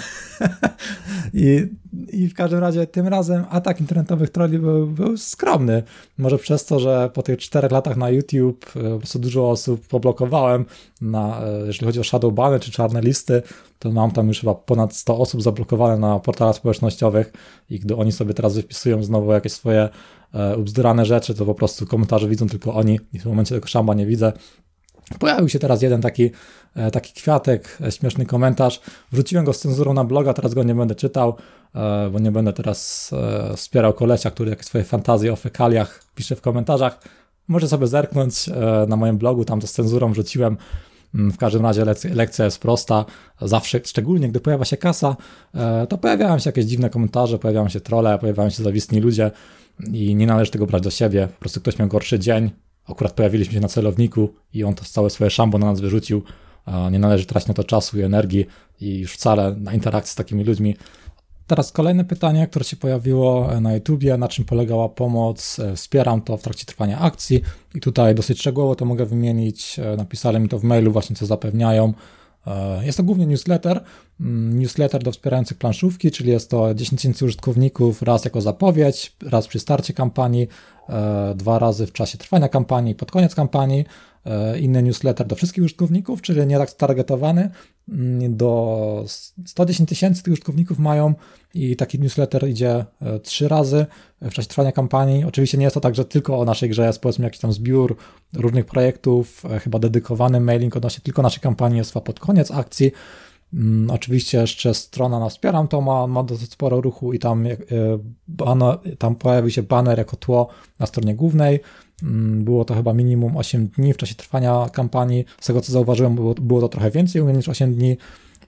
I w każdym razie tym razem atak internetowych trolli był skromny. Może przez to, że po tych 4 latach na YouTube po prostu dużo osób poblokowałem. Jeżeli chodzi o shadowbany czy czarne listy, to mam tam już chyba ponad 100 osób zablokowane na portalach społecznościowych i gdy oni sobie teraz wypisują znowu jakieś swoje ubzdurane rzeczy, to po prostu komentarze widzą tylko oni i w tym momencie tego szamba nie widzę. Pojawił się teraz jeden taki kwiatek, śmieszny komentarz. Wrzuciłem go z cenzurą na bloga, teraz go nie będę czytał, bo nie będę teraz wspierał kolesia, który jakieś swoje fantazje o fekaliach pisze w komentarzach. Może sobie zerknąć na moim blogu, tam to z cenzurą wrzuciłem. W każdym razie lekcja jest prosta. Zawsze, szczególnie gdy pojawia się kasa, to pojawiają się jakieś dziwne komentarze, pojawiają się trolle, pojawiają się zawistni ludzie i nie należy tego brać do siebie. Po prostu ktoś miał gorszy dzień, akurat pojawiliśmy się na celowniku i on to całe swoje szambo na nas wyrzucił. Nie należy tracić na to czasu i energii i już wcale na interakcji z takimi ludźmi. Teraz kolejne pytanie, które się pojawiło na YouTubie, na czym polegała pomoc. Wspieram to w trakcie trwania akcji i tutaj dosyć szczegółowo to mogę wymienić. Napisali mi to w mailu właśnie, co zapewniają. Jest to głównie newsletter do wspierających planszówki, czyli jest to 10 000 użytkowników raz jako zapowiedź, raz przy starcie kampanii, 2 razy w czasie trwania kampanii, pod koniec kampanii. Inny newsletter do wszystkich użytkowników, czyli nie tak stargetowany. Do 110 000 tych użytkowników mają i taki newsletter idzie 3 razy w czasie trwania kampanii. Oczywiście nie jest to tak, że tylko o naszej grze jest powiedzmy jakiś tam zbiór różnych projektów, chyba dedykowany mailing odnośnie tylko naszej kampanii jest pod koniec akcji. Oczywiście jeszcze strona na Wspieram to ma dosyć sporo ruchu i tam pojawił się baner jako tło na stronie głównej. Było to chyba minimum 8 dni w czasie trwania kampanii. Z tego co zauważyłem, było to trochę więcej niż 8 dni.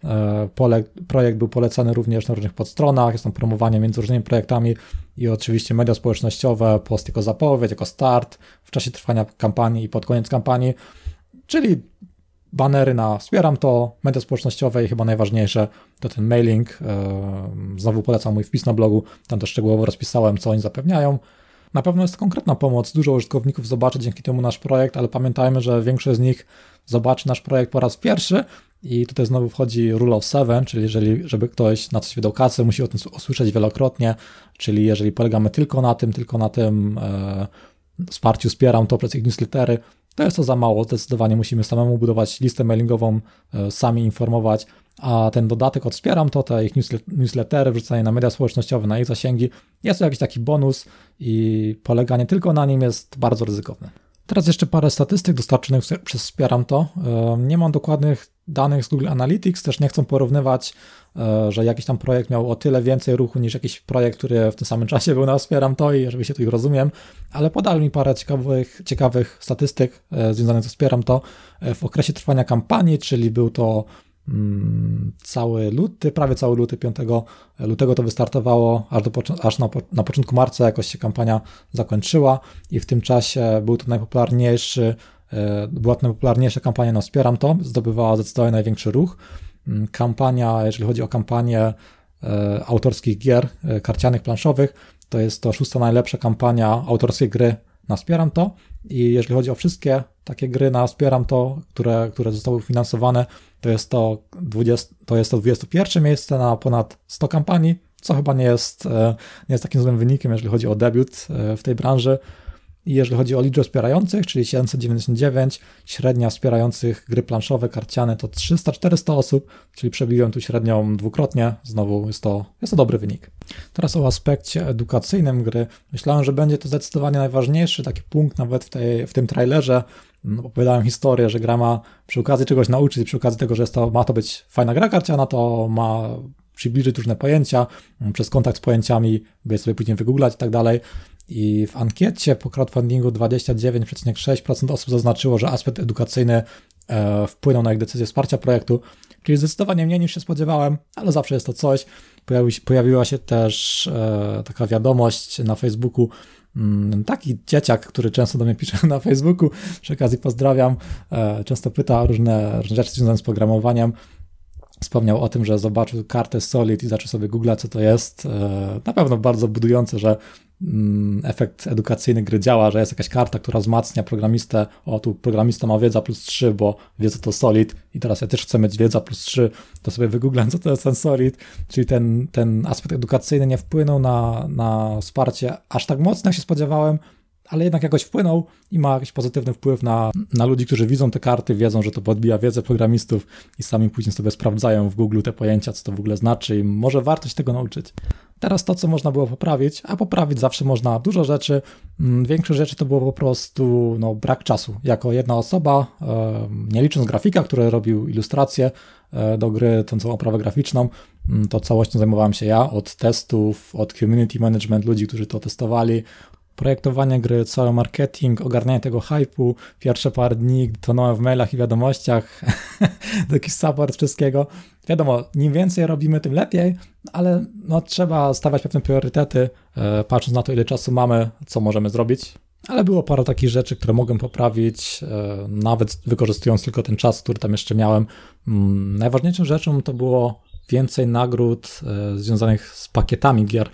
Projekt był polecany również na różnych podstronach, jest tam promowanie między różnymi projektami i oczywiście media społecznościowe, post jako zapowiedź, jako start w czasie trwania kampanii i pod koniec kampanii, czyli banery na wspieram to, media społecznościowe i chyba najważniejsze to ten mailing. Znowu polecam mój wpis na blogu, tam też szczegółowo rozpisałem, co oni zapewniają. Na pewno jest to konkretna pomoc, dużo użytkowników zobaczy dzięki temu nasz projekt, ale pamiętajmy, że większość z nich zobaczy nasz projekt po raz pierwszy i tutaj znowu wchodzi Rule of Seven, czyli żeby ktoś na coś wydał kasę, musi o tym usłyszeć wielokrotnie, czyli jeżeli polegamy tylko na tym wsparciu, wspieram to przez ich newslettery, to jest to za mało, zdecydowanie musimy samemu budować listę mailingową, sami informować, a ten dodatek od wspieram to, te ich newslettery, wrzucanie na media społecznościowe, na ich zasięgi, jest to jakiś taki bonus i poleganie tylko na nim jest bardzo ryzykowne. Teraz jeszcze parę statystyk dostarczonych przez Wspieram to. Nie mam dokładnych danych z Google Analytics, też nie chcę porównywać, że jakiś tam projekt miał o tyle więcej ruchu niż jakiś projekt, który w tym samym czasie był na Wspieram to i oczywiście tu ich rozumiem, ale podali mi parę ciekawych statystyk związanych ze Wspieram to. W okresie trwania kampanii, czyli był to cały luty, prawie cały luty, 5 lutego to wystartowało, aż na początku marca jakoś się kampania zakończyła i w tym czasie była to najpopularniejsza kampania na Wspieram to, zdobywała zdecydowanie największy ruch. Kampania, jeżeli chodzi o kampanię autorskich gier karcianych, planszowych, to jest to 6. najlepsza kampania autorskiej gry na Wspieram to i jeżeli chodzi o wszystkie takie gry na Wspieram to, które zostały finansowane, to jest to 21 miejsce na ponad 100 kampanii, co chyba nie jest takim złym wynikiem, jeżeli chodzi o debiut w tej branży. I jeżeli chodzi o liczbę wspierających, czyli 799, średnia wspierających gry planszowe, karciane to 300-400 osób, czyli przebiłem tu średnią dwukrotnie, znowu jest to dobry wynik. Teraz o aspekcie edukacyjnym gry. Myślałem, że będzie to zdecydowanie najważniejszy taki punkt nawet w tym trailerze. Opowiadałem historię, że gra ma przy okazji czegoś nauczyć, przy okazji tego, że ma to być fajna gra karciana, to ma przybliżyć różne pojęcia, przez kontakt z pojęciami, by sobie później wygooglać i tak dalej. I w ankiecie po crowdfundingu 29,6% osób zaznaczyło, że aspekt edukacyjny wpłynął na ich decyzję wsparcia projektu, czyli zdecydowanie mniej niż się spodziewałem, ale zawsze jest to coś. Pojawiła się też taka wiadomość na Facebooku, taki dzieciak, który często do mnie pisze na Facebooku, przy okazji pozdrawiam, często pyta o różne rzeczy związane z programowaniem. Wspomniał o tym, że zobaczył kartę Solid i zaczął sobie googlać, co to jest. Na pewno bardzo budujące, że efekt edukacyjny gry działa, że jest jakaś karta, która wzmacnia programistę. O, tu programista ma wiedza plus 3, bo wie, co to Solid i teraz ja też chcę mieć wiedza plus 3, to sobie wygooglam, co to jest ten Solid. Czyli ten aspekt edukacyjny nie wpłynął na wsparcie aż tak mocno, jak się spodziewałem, ale jednak jakoś wpłynął i ma jakiś pozytywny wpływ na ludzi, którzy widzą te karty, wiedzą, że to podbija wiedzę programistów i sami później sobie sprawdzają w Google te pojęcia, co to w ogóle znaczy i może warto się tego nauczyć. Teraz to, co można było poprawić, a poprawić zawsze można dużo rzeczy. Większość rzeczy to było po prostu brak czasu. Jako jedna osoba, nie licząc grafika, który robił ilustrację do gry, tą całą oprawę graficzną, to całością zajmowałem się ja, od testów, od community management, ludzi, którzy to testowali, projektowanie gry, cały marketing, ogarnianie tego hype'u, pierwsze parę dni tonąłem w mailach i wiadomościach, taki support wszystkiego. Wiadomo, im więcej robimy, tym lepiej, ale trzeba stawiać pewne priorytety, patrząc na to, ile czasu mamy, co możemy zrobić. Ale było parę takich rzeczy, które mogłem poprawić, nawet wykorzystując tylko ten czas, który tam jeszcze miałem. Najważniejszą rzeczą to było więcej nagród związanych z pakietami gier.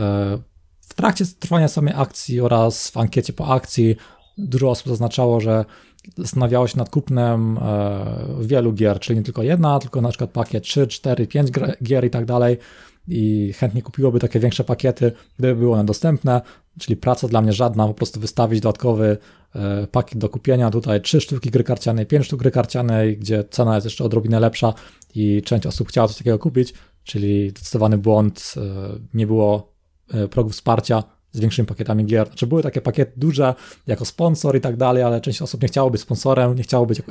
W trakcie trwania samej akcji oraz w ankiecie po akcji dużo osób zaznaczało, że zastanawiało się nad kupnem wielu gier, czyli nie tylko jedna, tylko na przykład pakiet 3, 4, 5 gier i tak dalej i chętnie kupiłoby takie większe pakiety, gdyby były one dostępne, czyli praca dla mnie żadna, po prostu wystawić dodatkowy pakiet do kupienia, tutaj 3 sztuki gry karcianej, 5 sztuk gry karcianej, gdzie cena jest jeszcze odrobinę lepsza i część osób chciała coś takiego kupić, czyli zdecydowany błąd, nie było progu wsparcia z większymi pakietami gier. Znaczy były takie pakiety duże jako sponsor i tak dalej, ale część osób nie chciało być sponsorem, nie chciało być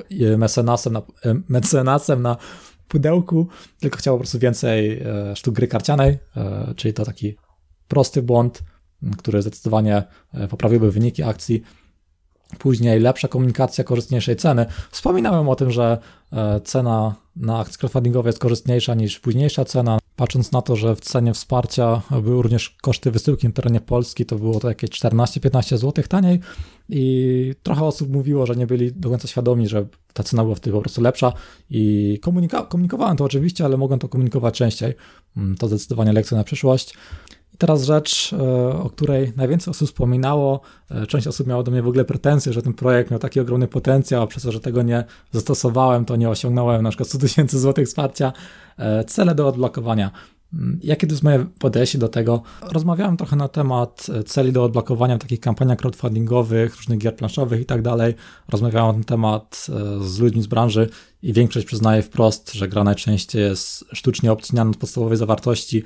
mecenasem na pudełku, tylko chciało po prostu więcej sztuk gry karcianej, czyli to taki prosty błąd, który zdecydowanie poprawiłby wyniki akcji. później lepsza komunikacja korzystniejszej ceny. Wspominałem o tym, że cena na akcje crowdfundingowe jest korzystniejsza niż późniejsza cena. Patrząc na to, że w cenie wsparcia były również koszty wysyłki na terenie Polski, to było to jakieś 14-15 zł taniej i trochę osób mówiło, że nie byli do końca świadomi, że ta cena była wtedy po prostu lepsza i komunikowałem to oczywiście, ale mogłem to komunikować częściej. To zdecydowanie lekcja na przyszłość. I teraz rzecz, o której najwięcej osób wspominało. Część osób miała do mnie w ogóle pretensje, że ten projekt miał taki ogromny potencjał, a przez to, że tego nie zastosowałem, to nie osiągnąłem na przykład 100 000 złotych wsparcia. Cele do odblokowania. Jakie to jest moje podejście do tego? Rozmawiałem trochę na temat celi do odblokowania w takich kampaniach crowdfundingowych, różnych gier planszowych i tak dalej. Rozmawiałem na ten temat z ludźmi z branży i większość przyznaje wprost, że gra najczęściej jest sztucznie obcinana od podstawowej zawartości.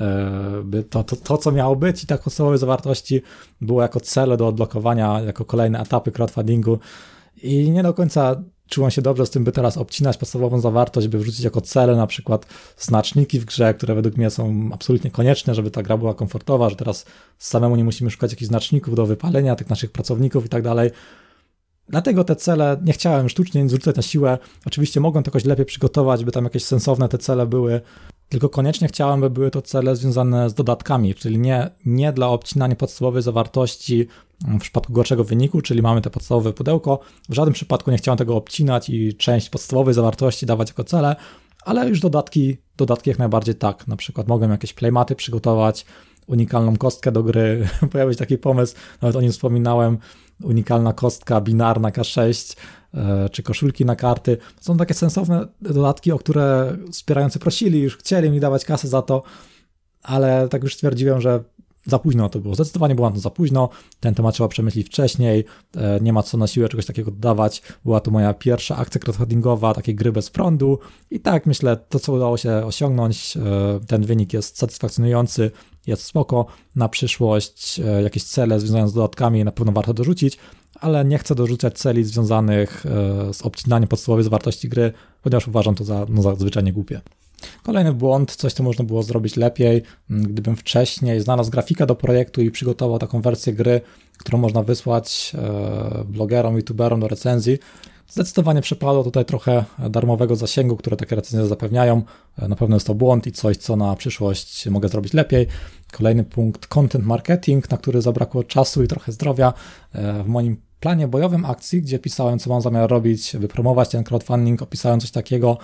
To, co miało być i tak podstawowej zawartości było jako cele do odblokowania, jako kolejne etapy crowdfundingu i nie do końca czułem się dobrze z tym, by teraz obcinać podstawową zawartość, by wrzucić jako cele na przykład znaczniki w grze, które według mnie są absolutnie konieczne, żeby ta gra była komfortowa, że teraz samemu nie musimy szukać jakichś znaczników do wypalenia tych naszych pracowników i tak dalej. Dlatego te cele nie chciałem sztucznie zrzucać na siłę. Oczywiście mogłem to jakoś lepiej przygotować, by tam jakieś sensowne te cele były, tylko koniecznie chciałem, by były to cele związane z dodatkami, czyli nie dla obcinania podstawowej zawartości w przypadku gorszego wyniku, czyli mamy te podstawowe pudełko. W żadnym przypadku nie chciałem tego obcinać i część podstawowej zawartości dawać jako cele, ale już dodatki jak najbardziej tak. Na przykład mogłem jakieś playmaty przygotować, unikalną kostkę do gry. Pojawił się taki pomysł, nawet o nim wspominałem, unikalna kostka binarna K6, czy koszulki na karty. Są takie sensowne dodatki, o które wspierający prosili, już chcieli mi dawać kasę za to, ale tak już stwierdziłem, że za późno to było. Zdecydowanie było na to za późno. Ten temat trzeba przemyśleć wcześniej. Nie ma co na siłę czegoś takiego dodawać. Była to moja pierwsza akcja crowdfundingowa, takiej gry bez prądu. I tak myślę, to co udało się osiągnąć, ten wynik jest satysfakcjonujący, jest spoko. Na przyszłość jakieś cele związane z dodatkami na pewno warto dorzucić, ale nie chcę dorzucać celi związanych z obcinaniem podstawowej zawartości gry, ponieważ uważam to za zwyczajnie głupie. Kolejny błąd, coś co można było zrobić lepiej, gdybym wcześniej znalazł grafika do projektu i przygotował taką wersję gry, którą można wysłać blogerom, youtuberom do recenzji. Zdecydowanie przepadło tutaj trochę darmowego zasięgu, które takie recenzje zapewniają. Na pewno jest to błąd i coś, co na przyszłość mogę zrobić lepiej. Kolejny punkt, content marketing, na który zabrakło czasu i trochę zdrowia. W moim planie bojowym akcji, gdzie pisałem, co mam zamiar robić, wypromować ten crowdfunding, opisałem coś takiego,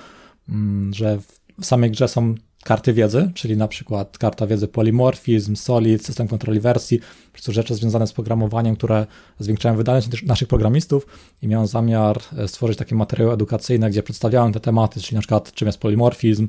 że w samej grze są karty wiedzy, czyli na przykład karta wiedzy Polymorphizm, Solid, system kontroli wersji, po prostu rzeczy związane z programowaniem, które zwiększają wydajność naszych programistów i miałem zamiar stworzyć takie materiały edukacyjne, gdzie przedstawiałem te tematy, czyli na przykład czym jest polymorfizm,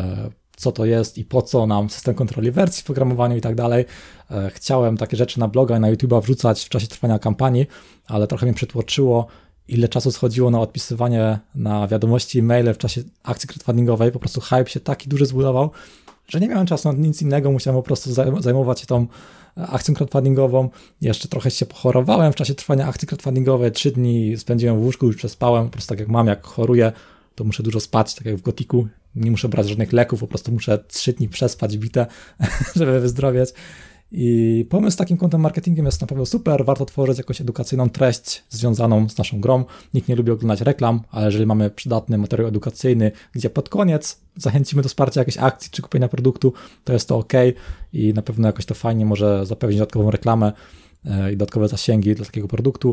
co to jest i po co nam system kontroli wersji w programowaniu i tak dalej. Chciałem takie rzeczy na bloga i na YouTube'a wrzucać w czasie trwania kampanii, ale trochę mnie przytłoczyło, ile czasu schodziło na odpisywanie na wiadomości, maile w czasie akcji crowdfundingowej. Po prostu hype się taki duży zbudował, że nie miałem czasu na nic innego, musiałem po prostu zajmować się tą akcją crowdfundingową. Jeszcze trochę się pochorowałem w czasie trwania akcji crowdfundingowej. 3 dni spędziłem w łóżku, już przespałem, po prostu tak jak mam, jak choruję, to muszę dużo spać, tak jak w Gotiku. Nie muszę brać żadnych leków, po prostu muszę 3 dni przespać bite, żeby wyzdrowieć. I pomysł z takim content marketingiem jest na pewno super, warto tworzyć jakąś edukacyjną treść związaną z naszą grą. Nikt nie lubi oglądać reklam, ale jeżeli mamy przydatny materiał edukacyjny, gdzie pod koniec zachęcimy do wsparcia jakiejś akcji czy kupienia produktu, to jest to ok i na pewno jakoś to fajnie może zapewnić dodatkową reklamę i dodatkowe zasięgi dla takiego produktu.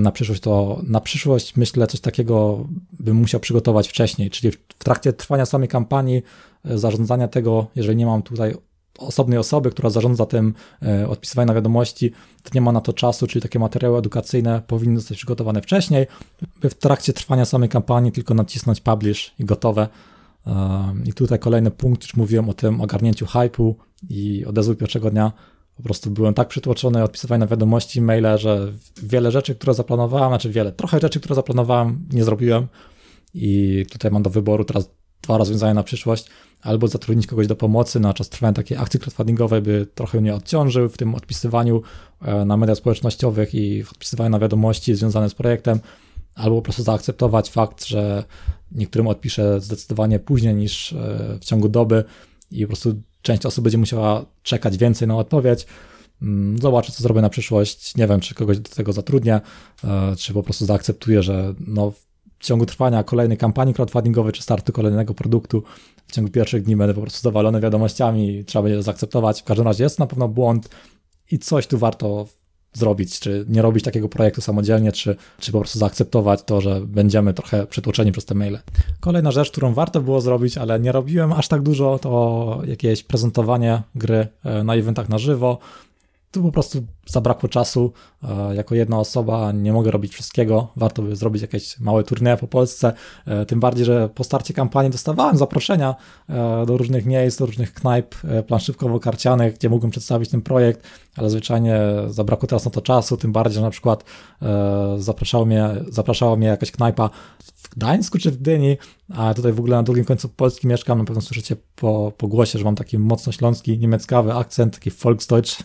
Na przyszłość myślę, coś takiego bym musiał przygotować wcześniej, czyli w trakcie trwania samej kampanii, zarządzania tego, jeżeli nie mam tutaj osobnej osoby, która zarządza tym odpisywaniem na wiadomości, to nie ma na to czasu, czyli takie materiały edukacyjne powinny zostać przygotowane wcześniej, by w trakcie trwania samej kampanii tylko nacisnąć publish i gotowe. I tutaj kolejny punkt, już mówiłem o tym ogarnięciu hype'u i odezwu pierwszego dnia. Po prostu byłem tak przytłoczony odpisywaniem na wiadomości, maile, że wiele rzeczy, które zaplanowałem, trochę rzeczy, które zaplanowałem, nie zrobiłem i tutaj mam do wyboru teraz 2 rozwiązania na przyszłość, albo zatrudnić kogoś do pomocy na czas trwania takiej akcji crowdfundingowej, by trochę mnie odciążył w tym odpisywaniu na mediach społecznościowych i w odpisywaniu na wiadomości związane z projektem, albo po prostu zaakceptować fakt, że niektórym odpiszę zdecydowanie później niż w ciągu doby i po prostu część osób będzie musiała czekać więcej na odpowiedź. Zobaczę, co zrobię na przyszłość. Nie wiem, czy kogoś do tego zatrudnię, czy po prostu zaakceptuję, że w ciągu trwania kolejnej kampanii crowdfundingowej, czy startu kolejnego produktu, w ciągu pierwszych dni będę po prostu zawalony wiadomościami i trzeba będzie zaakceptować. W każdym razie jest na pewno błąd i coś tu warto zrobić, czy nie robić takiego projektu samodzielnie, czy po prostu zaakceptować to, że będziemy trochę przytłoczeni przez te maile. Kolejna rzecz, którą warto było zrobić, ale nie robiłem aż tak dużo, to jakieś prezentowanie gry na eventach na żywo. Tu po prostu zabrakło czasu. Jako jedna osoba nie mogę robić wszystkiego. Warto by zrobić jakieś małe turnieje po Polsce. Tym bardziej, że po starcie kampanii dostawałem zaproszenia do różnych miejsc, do różnych knajp planszówkowo-karcianych, gdzie mógłbym przedstawić ten projekt, ale zwyczajnie zabrakło teraz na to czasu. Tym bardziej, że na przykład zapraszała mnie jakaś knajpa w Gdańsku czy w Gdyni, a tutaj w ogóle na drugim końcu Polski mieszkam. Na pewno słyszycie po głosie, że mam taki mocno śląski, niemieckawy akcent, taki Volksdeutsch.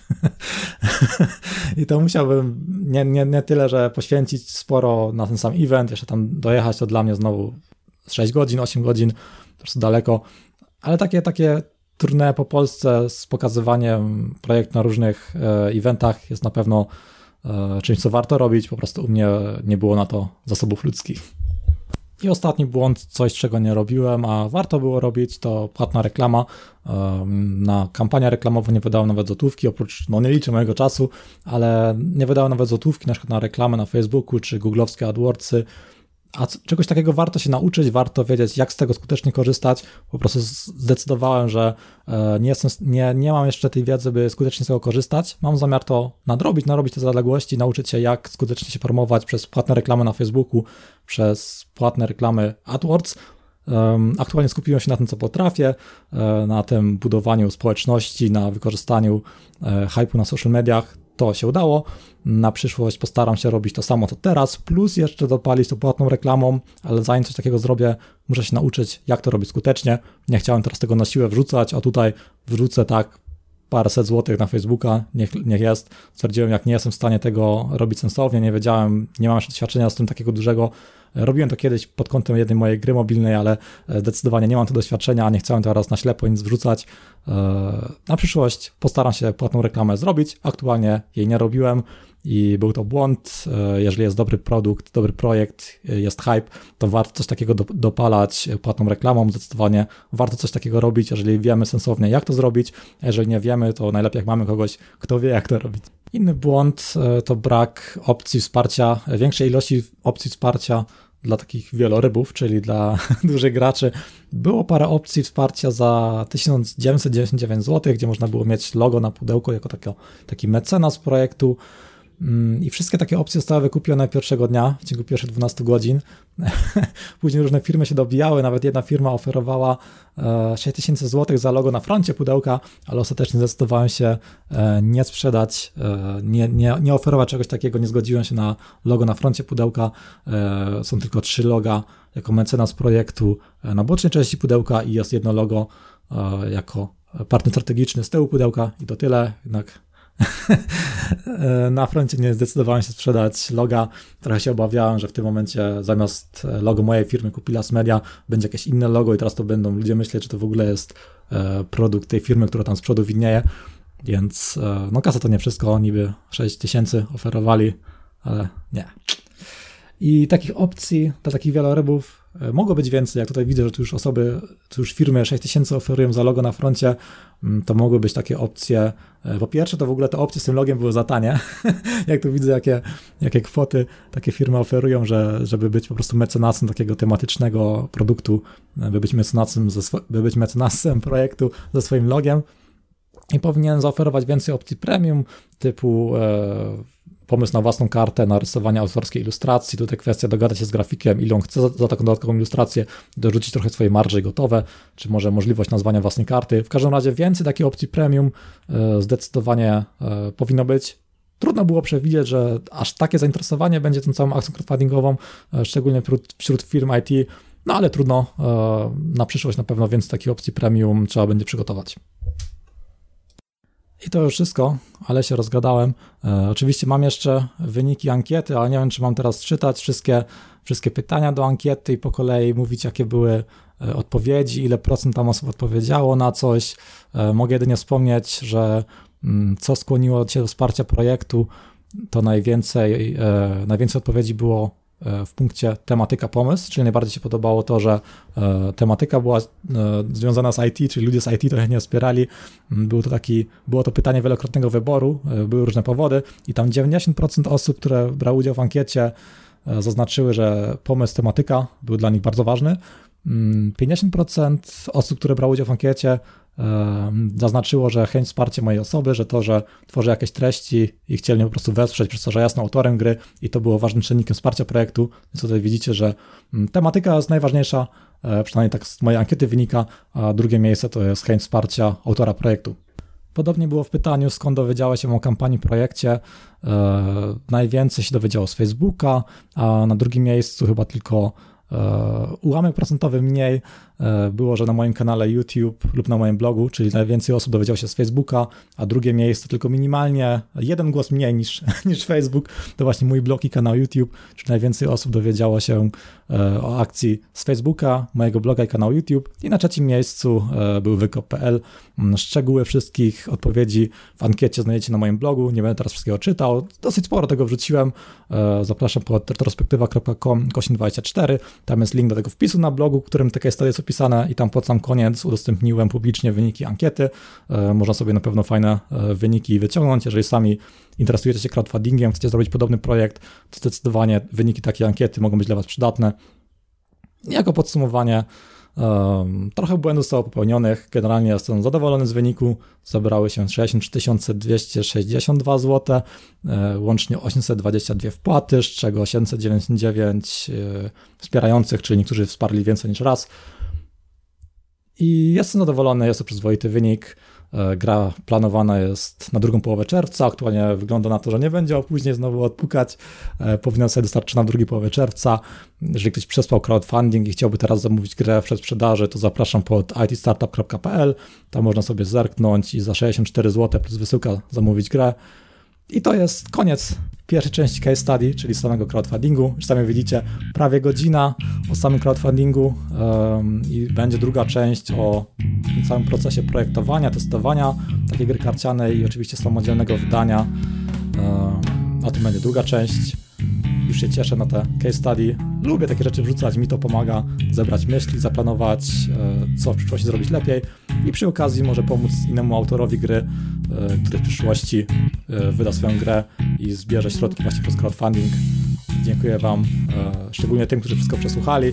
I to musiałbym nie tyle, że poświęcić sporo na ten sam event, jeszcze tam dojechać, to dla mnie znowu 6 godzin, 8 godzin, po prostu daleko, ale takie tournée po Polsce z pokazywaniem projektu na różnych eventach jest na pewno czymś, co warto robić, po prostu u mnie nie było na to zasobów ludzkich. I ostatni błąd, coś czego nie robiłem, a warto było robić, to płatna reklama. Na kampanię reklamową nie wydałem nawet złotówki, oprócz, nie liczę mojego czasu, ale nie wydałem nawet złotówki, na przykład na reklamę na Facebooku czy googlowskie AdWordsy. A czegoś takiego warto się nauczyć, warto wiedzieć, jak z tego skutecznie korzystać. Po prostu zdecydowałem, że nie mam jeszcze tej wiedzy, by skutecznie z tego korzystać. Mam zamiar to narobić te zaległości, nauczyć się, jak skutecznie się promować przez płatne reklamy na Facebooku, przez płatne reklamy AdWords. Aktualnie skupiłem się na tym, co potrafię, na tym budowaniu społeczności, na wykorzystaniu hype'u na social mediach. To się udało. Na przyszłość postaram się robić to samo, co teraz, plus jeszcze dopalić to płatną reklamą, ale zanim coś takiego zrobię, muszę się nauczyć, jak to robić skutecznie. Nie chciałem teraz tego na siłę wrzucać, a tutaj wrzucę tak paręset złotych na Facebooka, niech jest. Stwierdziłem, jak nie jestem w stanie tego robić sensownie, nie wiedziałem, nie mam jeszcze doświadczenia z tym takiego dużego. Robiłem to kiedyś pod kątem jednej mojej gry mobilnej, ale zdecydowanie nie mam tego doświadczenia, nie chciałem teraz na ślepo nic wrzucać. Na przyszłość postaram się płatną reklamę zrobić. Aktualnie jej nie robiłem i był to błąd. Jeżeli jest dobry produkt, dobry projekt, jest hype, to warto coś takiego dopalać płatną reklamą. Zdecydowanie warto coś takiego robić, jeżeli wiemy sensownie, jak to zrobić. A jeżeli nie wiemy, to najlepiej jak mamy kogoś, kto wie, jak to robić. Inny błąd to brak opcji wsparcia, większej ilości opcji wsparcia dla takich wielorybów, czyli dla dużych graczy. Było parę opcji wsparcia za 1999 zł, gdzie można było mieć logo na pudełku jako taki mecenas projektu. I wszystkie takie opcje zostały wykupione pierwszego dnia, w ciągu pierwszych 12 godzin. Później różne firmy się dobijały, nawet jedna firma oferowała 6000 zł za logo na froncie pudełka, ale ostatecznie zdecydowałem się nie sprzedać, nie oferować czegoś takiego, nie zgodziłem się na logo na froncie pudełka. Są tylko 3 loga jako mecenas projektu na bocznej części pudełka i jest jedno logo jako partner strategiczny z tyłu pudełka i to tyle. Jednak na froncie nie zdecydowałem się sprzedać loga. Trochę się obawiałem, że w tym momencie zamiast logo mojej firmy Kupilas Media będzie jakieś inne logo i teraz to będą ludzie myśleć, że to w ogóle jest produkt tej firmy, która tam z przodu widnieje. Więc kasa to nie wszystko. Niby 6000 oferowali, ale nie. I takich opcji dla takich wielorybów mogło być więcej. Jak tutaj widzę, że tu już firmy 6000 oferują za logo na froncie, to mogły być takie opcje. Po pierwsze, to w ogóle te opcje z tym logiem były za tanie. Jak tu widzę, jakie kwoty takie firmy oferują, żeby być po prostu mecenasem takiego tematycznego produktu, by być mecenasem projektu ze swoim logiem. I powinien zaoferować więcej opcji premium, typu pomysł na własną kartę, na rysowanie autorskiej ilustracji. Tutaj kwestia dogadać się z grafikiem, ile on chce za taką dodatkową ilustrację, dorzucić trochę swojej marży i gotowe, czy może możliwość nazwania własnej karty. W każdym razie więcej takich opcji premium zdecydowanie powinno być. Trudno było przewidzieć, że aż takie zainteresowanie będzie tą całą akcją crowdfundingową, szczególnie wśród firm IT, ale trudno. Na przyszłość na pewno więcej takich opcji premium trzeba będzie przygotować. I to już wszystko, ale się rozgadałem. Oczywiście mam jeszcze wyniki ankiety, ale nie wiem, czy mam teraz czytać wszystkie pytania do ankiety i po kolei mówić, jakie były odpowiedzi, ile procent tam osób odpowiedziało na coś. Mogę jedynie wspomnieć, że Co skłoniło cię do wsparcia projektu, to najwięcej odpowiedzi było w punkcie tematyka, pomysł, czyli najbardziej się podobało to, że tematyka była związana z IT, czyli ludzie z IT trochę nie wspierali. Było to pytanie wielokrotnego wyboru, były różne powody i tam 90% osób, które brały udział w ankiecie, zaznaczyły, że pomysł, tematyka był dla nich bardzo ważny. 50% osób, które brały udział w ankiecie, zaznaczyło, że chęć wsparcia mojej osoby, że to, że tworzę jakieś treści i chcieli mnie po prostu wesprzeć, przez to, że ja jestem autorem gry i to było ważnym czynnikiem wsparcia projektu. Więc tutaj widzicie, że tematyka jest najważniejsza, przynajmniej tak z mojej ankiety wynika, a drugie miejsce to jest chęć wsparcia autora projektu. Podobnie było w pytaniu, skąd dowiedziałeś się o kampanii, projekcie. Najwięcej się dowiedziało z Facebooka, a na drugim miejscu chyba tylko ułamek procentowy mniej było, że na moim kanale YouTube lub na moim blogu, czyli najwięcej osób dowiedziało się z Facebooka, a drugie miejsce tylko minimalnie, jeden głos mniej niż Facebook, to właśnie mój blog i kanał YouTube, czyli najwięcej osób dowiedziało się o akcji z Facebooka, mojego bloga i kanału YouTube i na trzecim miejscu był wykop.pl. Szczegóły wszystkich odpowiedzi w ankiecie znajdziecie na moim blogu, nie będę teraz wszystkiego czytał, dosyć sporo tego wrzuciłem, zapraszam pod retrospektywa.com/24, tam jest link do tego wpisu na blogu, w którym taka historia jest opisane i tam pod sam koniec udostępniłem publicznie wyniki ankiety. Można sobie na pewno fajne wyniki wyciągnąć. Jeżeli sami interesujecie się crowdfundingiem, chcecie zrobić podobny projekt, to zdecydowanie wyniki takiej ankiety mogą być dla Was przydatne. Jako podsumowanie, trochę błędów zostało popełnionych. Generalnie jestem zadowolony z wyniku. Zebrały się 63 262 zł, łącznie 822 wpłaty, z czego 799 wspierających, czyli niektórzy wsparli więcej niż raz. I jestem zadowolony, jest to przyzwoity wynik. Gra planowana jest na drugą połowę czerwca. Aktualnie wygląda na to, że nie będzie opóźnień znowu odpukać. Powinna sobie dostarczyć na drugiej połowę czerwca. Jeżeli ktoś przespał crowdfunding i chciałby teraz zamówić grę w przedsprzedaży, to zapraszam pod itstartup.pl. Tam można sobie zerknąć i za 64 zł plus wysyłka zamówić grę. I to jest koniec pierwszej części case study, czyli samego crowdfundingu. Już sami widzicie, prawie godzina o samym crowdfundingu i będzie druga część o tym całym procesie projektowania, testowania takiej gry karcianej i oczywiście samodzielnego wydania. O tym będzie druga część. Już się cieszę na te case study. Lubię takie rzeczy wrzucać, mi to pomaga zebrać myśli, zaplanować, co w przyszłości zrobić lepiej i przy okazji może pomóc innemu autorowi gry, który w przyszłości wyda swoją grę i zbierze środki właśnie przez crowdfunding. Dziękuję Wam, szczególnie tym, którzy wszystko przesłuchali.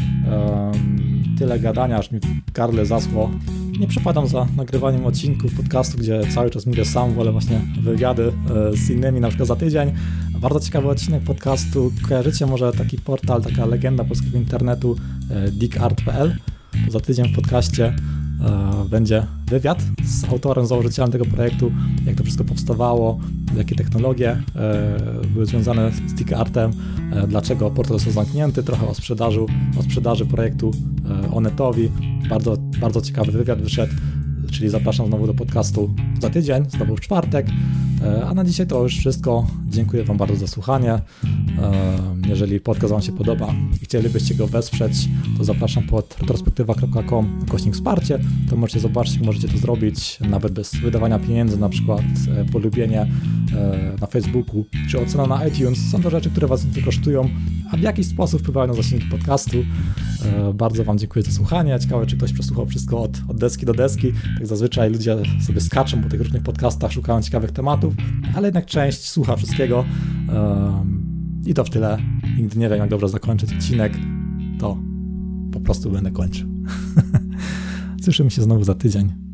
Tyle gadania, aż mi w gardle zaschło. Nie przepadam za nagrywaniem odcinków podcastu, gdzie cały czas mówię sam, wolę właśnie wywiady z innymi, na przykład za tydzień. Bardzo ciekawy odcinek podcastu. Kojarzycie może taki portal, taka legenda polskiego internetu geekart.pl. Za tydzień w podcaście będzie wywiad z autorem, założycielem tego projektu, jak to wszystko powstawało, jakie technologie były związane z DeekArtem, dlaczego portal został zamknięty, trochę o sprzedaży projektu Onetowi. Bardzo, bardzo ciekawy wywiad wyszedł, czyli zapraszam znowu do podcastu za tydzień, znowu w czwartek. A na dzisiaj to już wszystko. Dziękuję Wam bardzo za słuchanie. Jeżeli podcast Wam się podoba i chcielibyście go wesprzeć, to zapraszam pod retrospektywa.com/wsparcie. To możecie zobaczyć, jak możecie to zrobić, nawet bez wydawania pieniędzy, na przykład polubienie na Facebooku czy ocena na iTunes. Są to rzeczy, które Was nie kosztują, a w jakiś sposób wpływają na zasięgi podcastu. Bardzo Wam dziękuję za słuchanie. Ciekawe, czy ktoś przesłuchał wszystko od deski do deski. Tak zazwyczaj ludzie sobie skaczą po tych różnych podcastach, szukają ciekawych tematów, ale jednak część słucha wszystkiego. I to w tyle. Nigdy nie wiem, jak dobrze zakończyć odcinek. To po prostu będę kończył. Słyszymy się znowu za tydzień.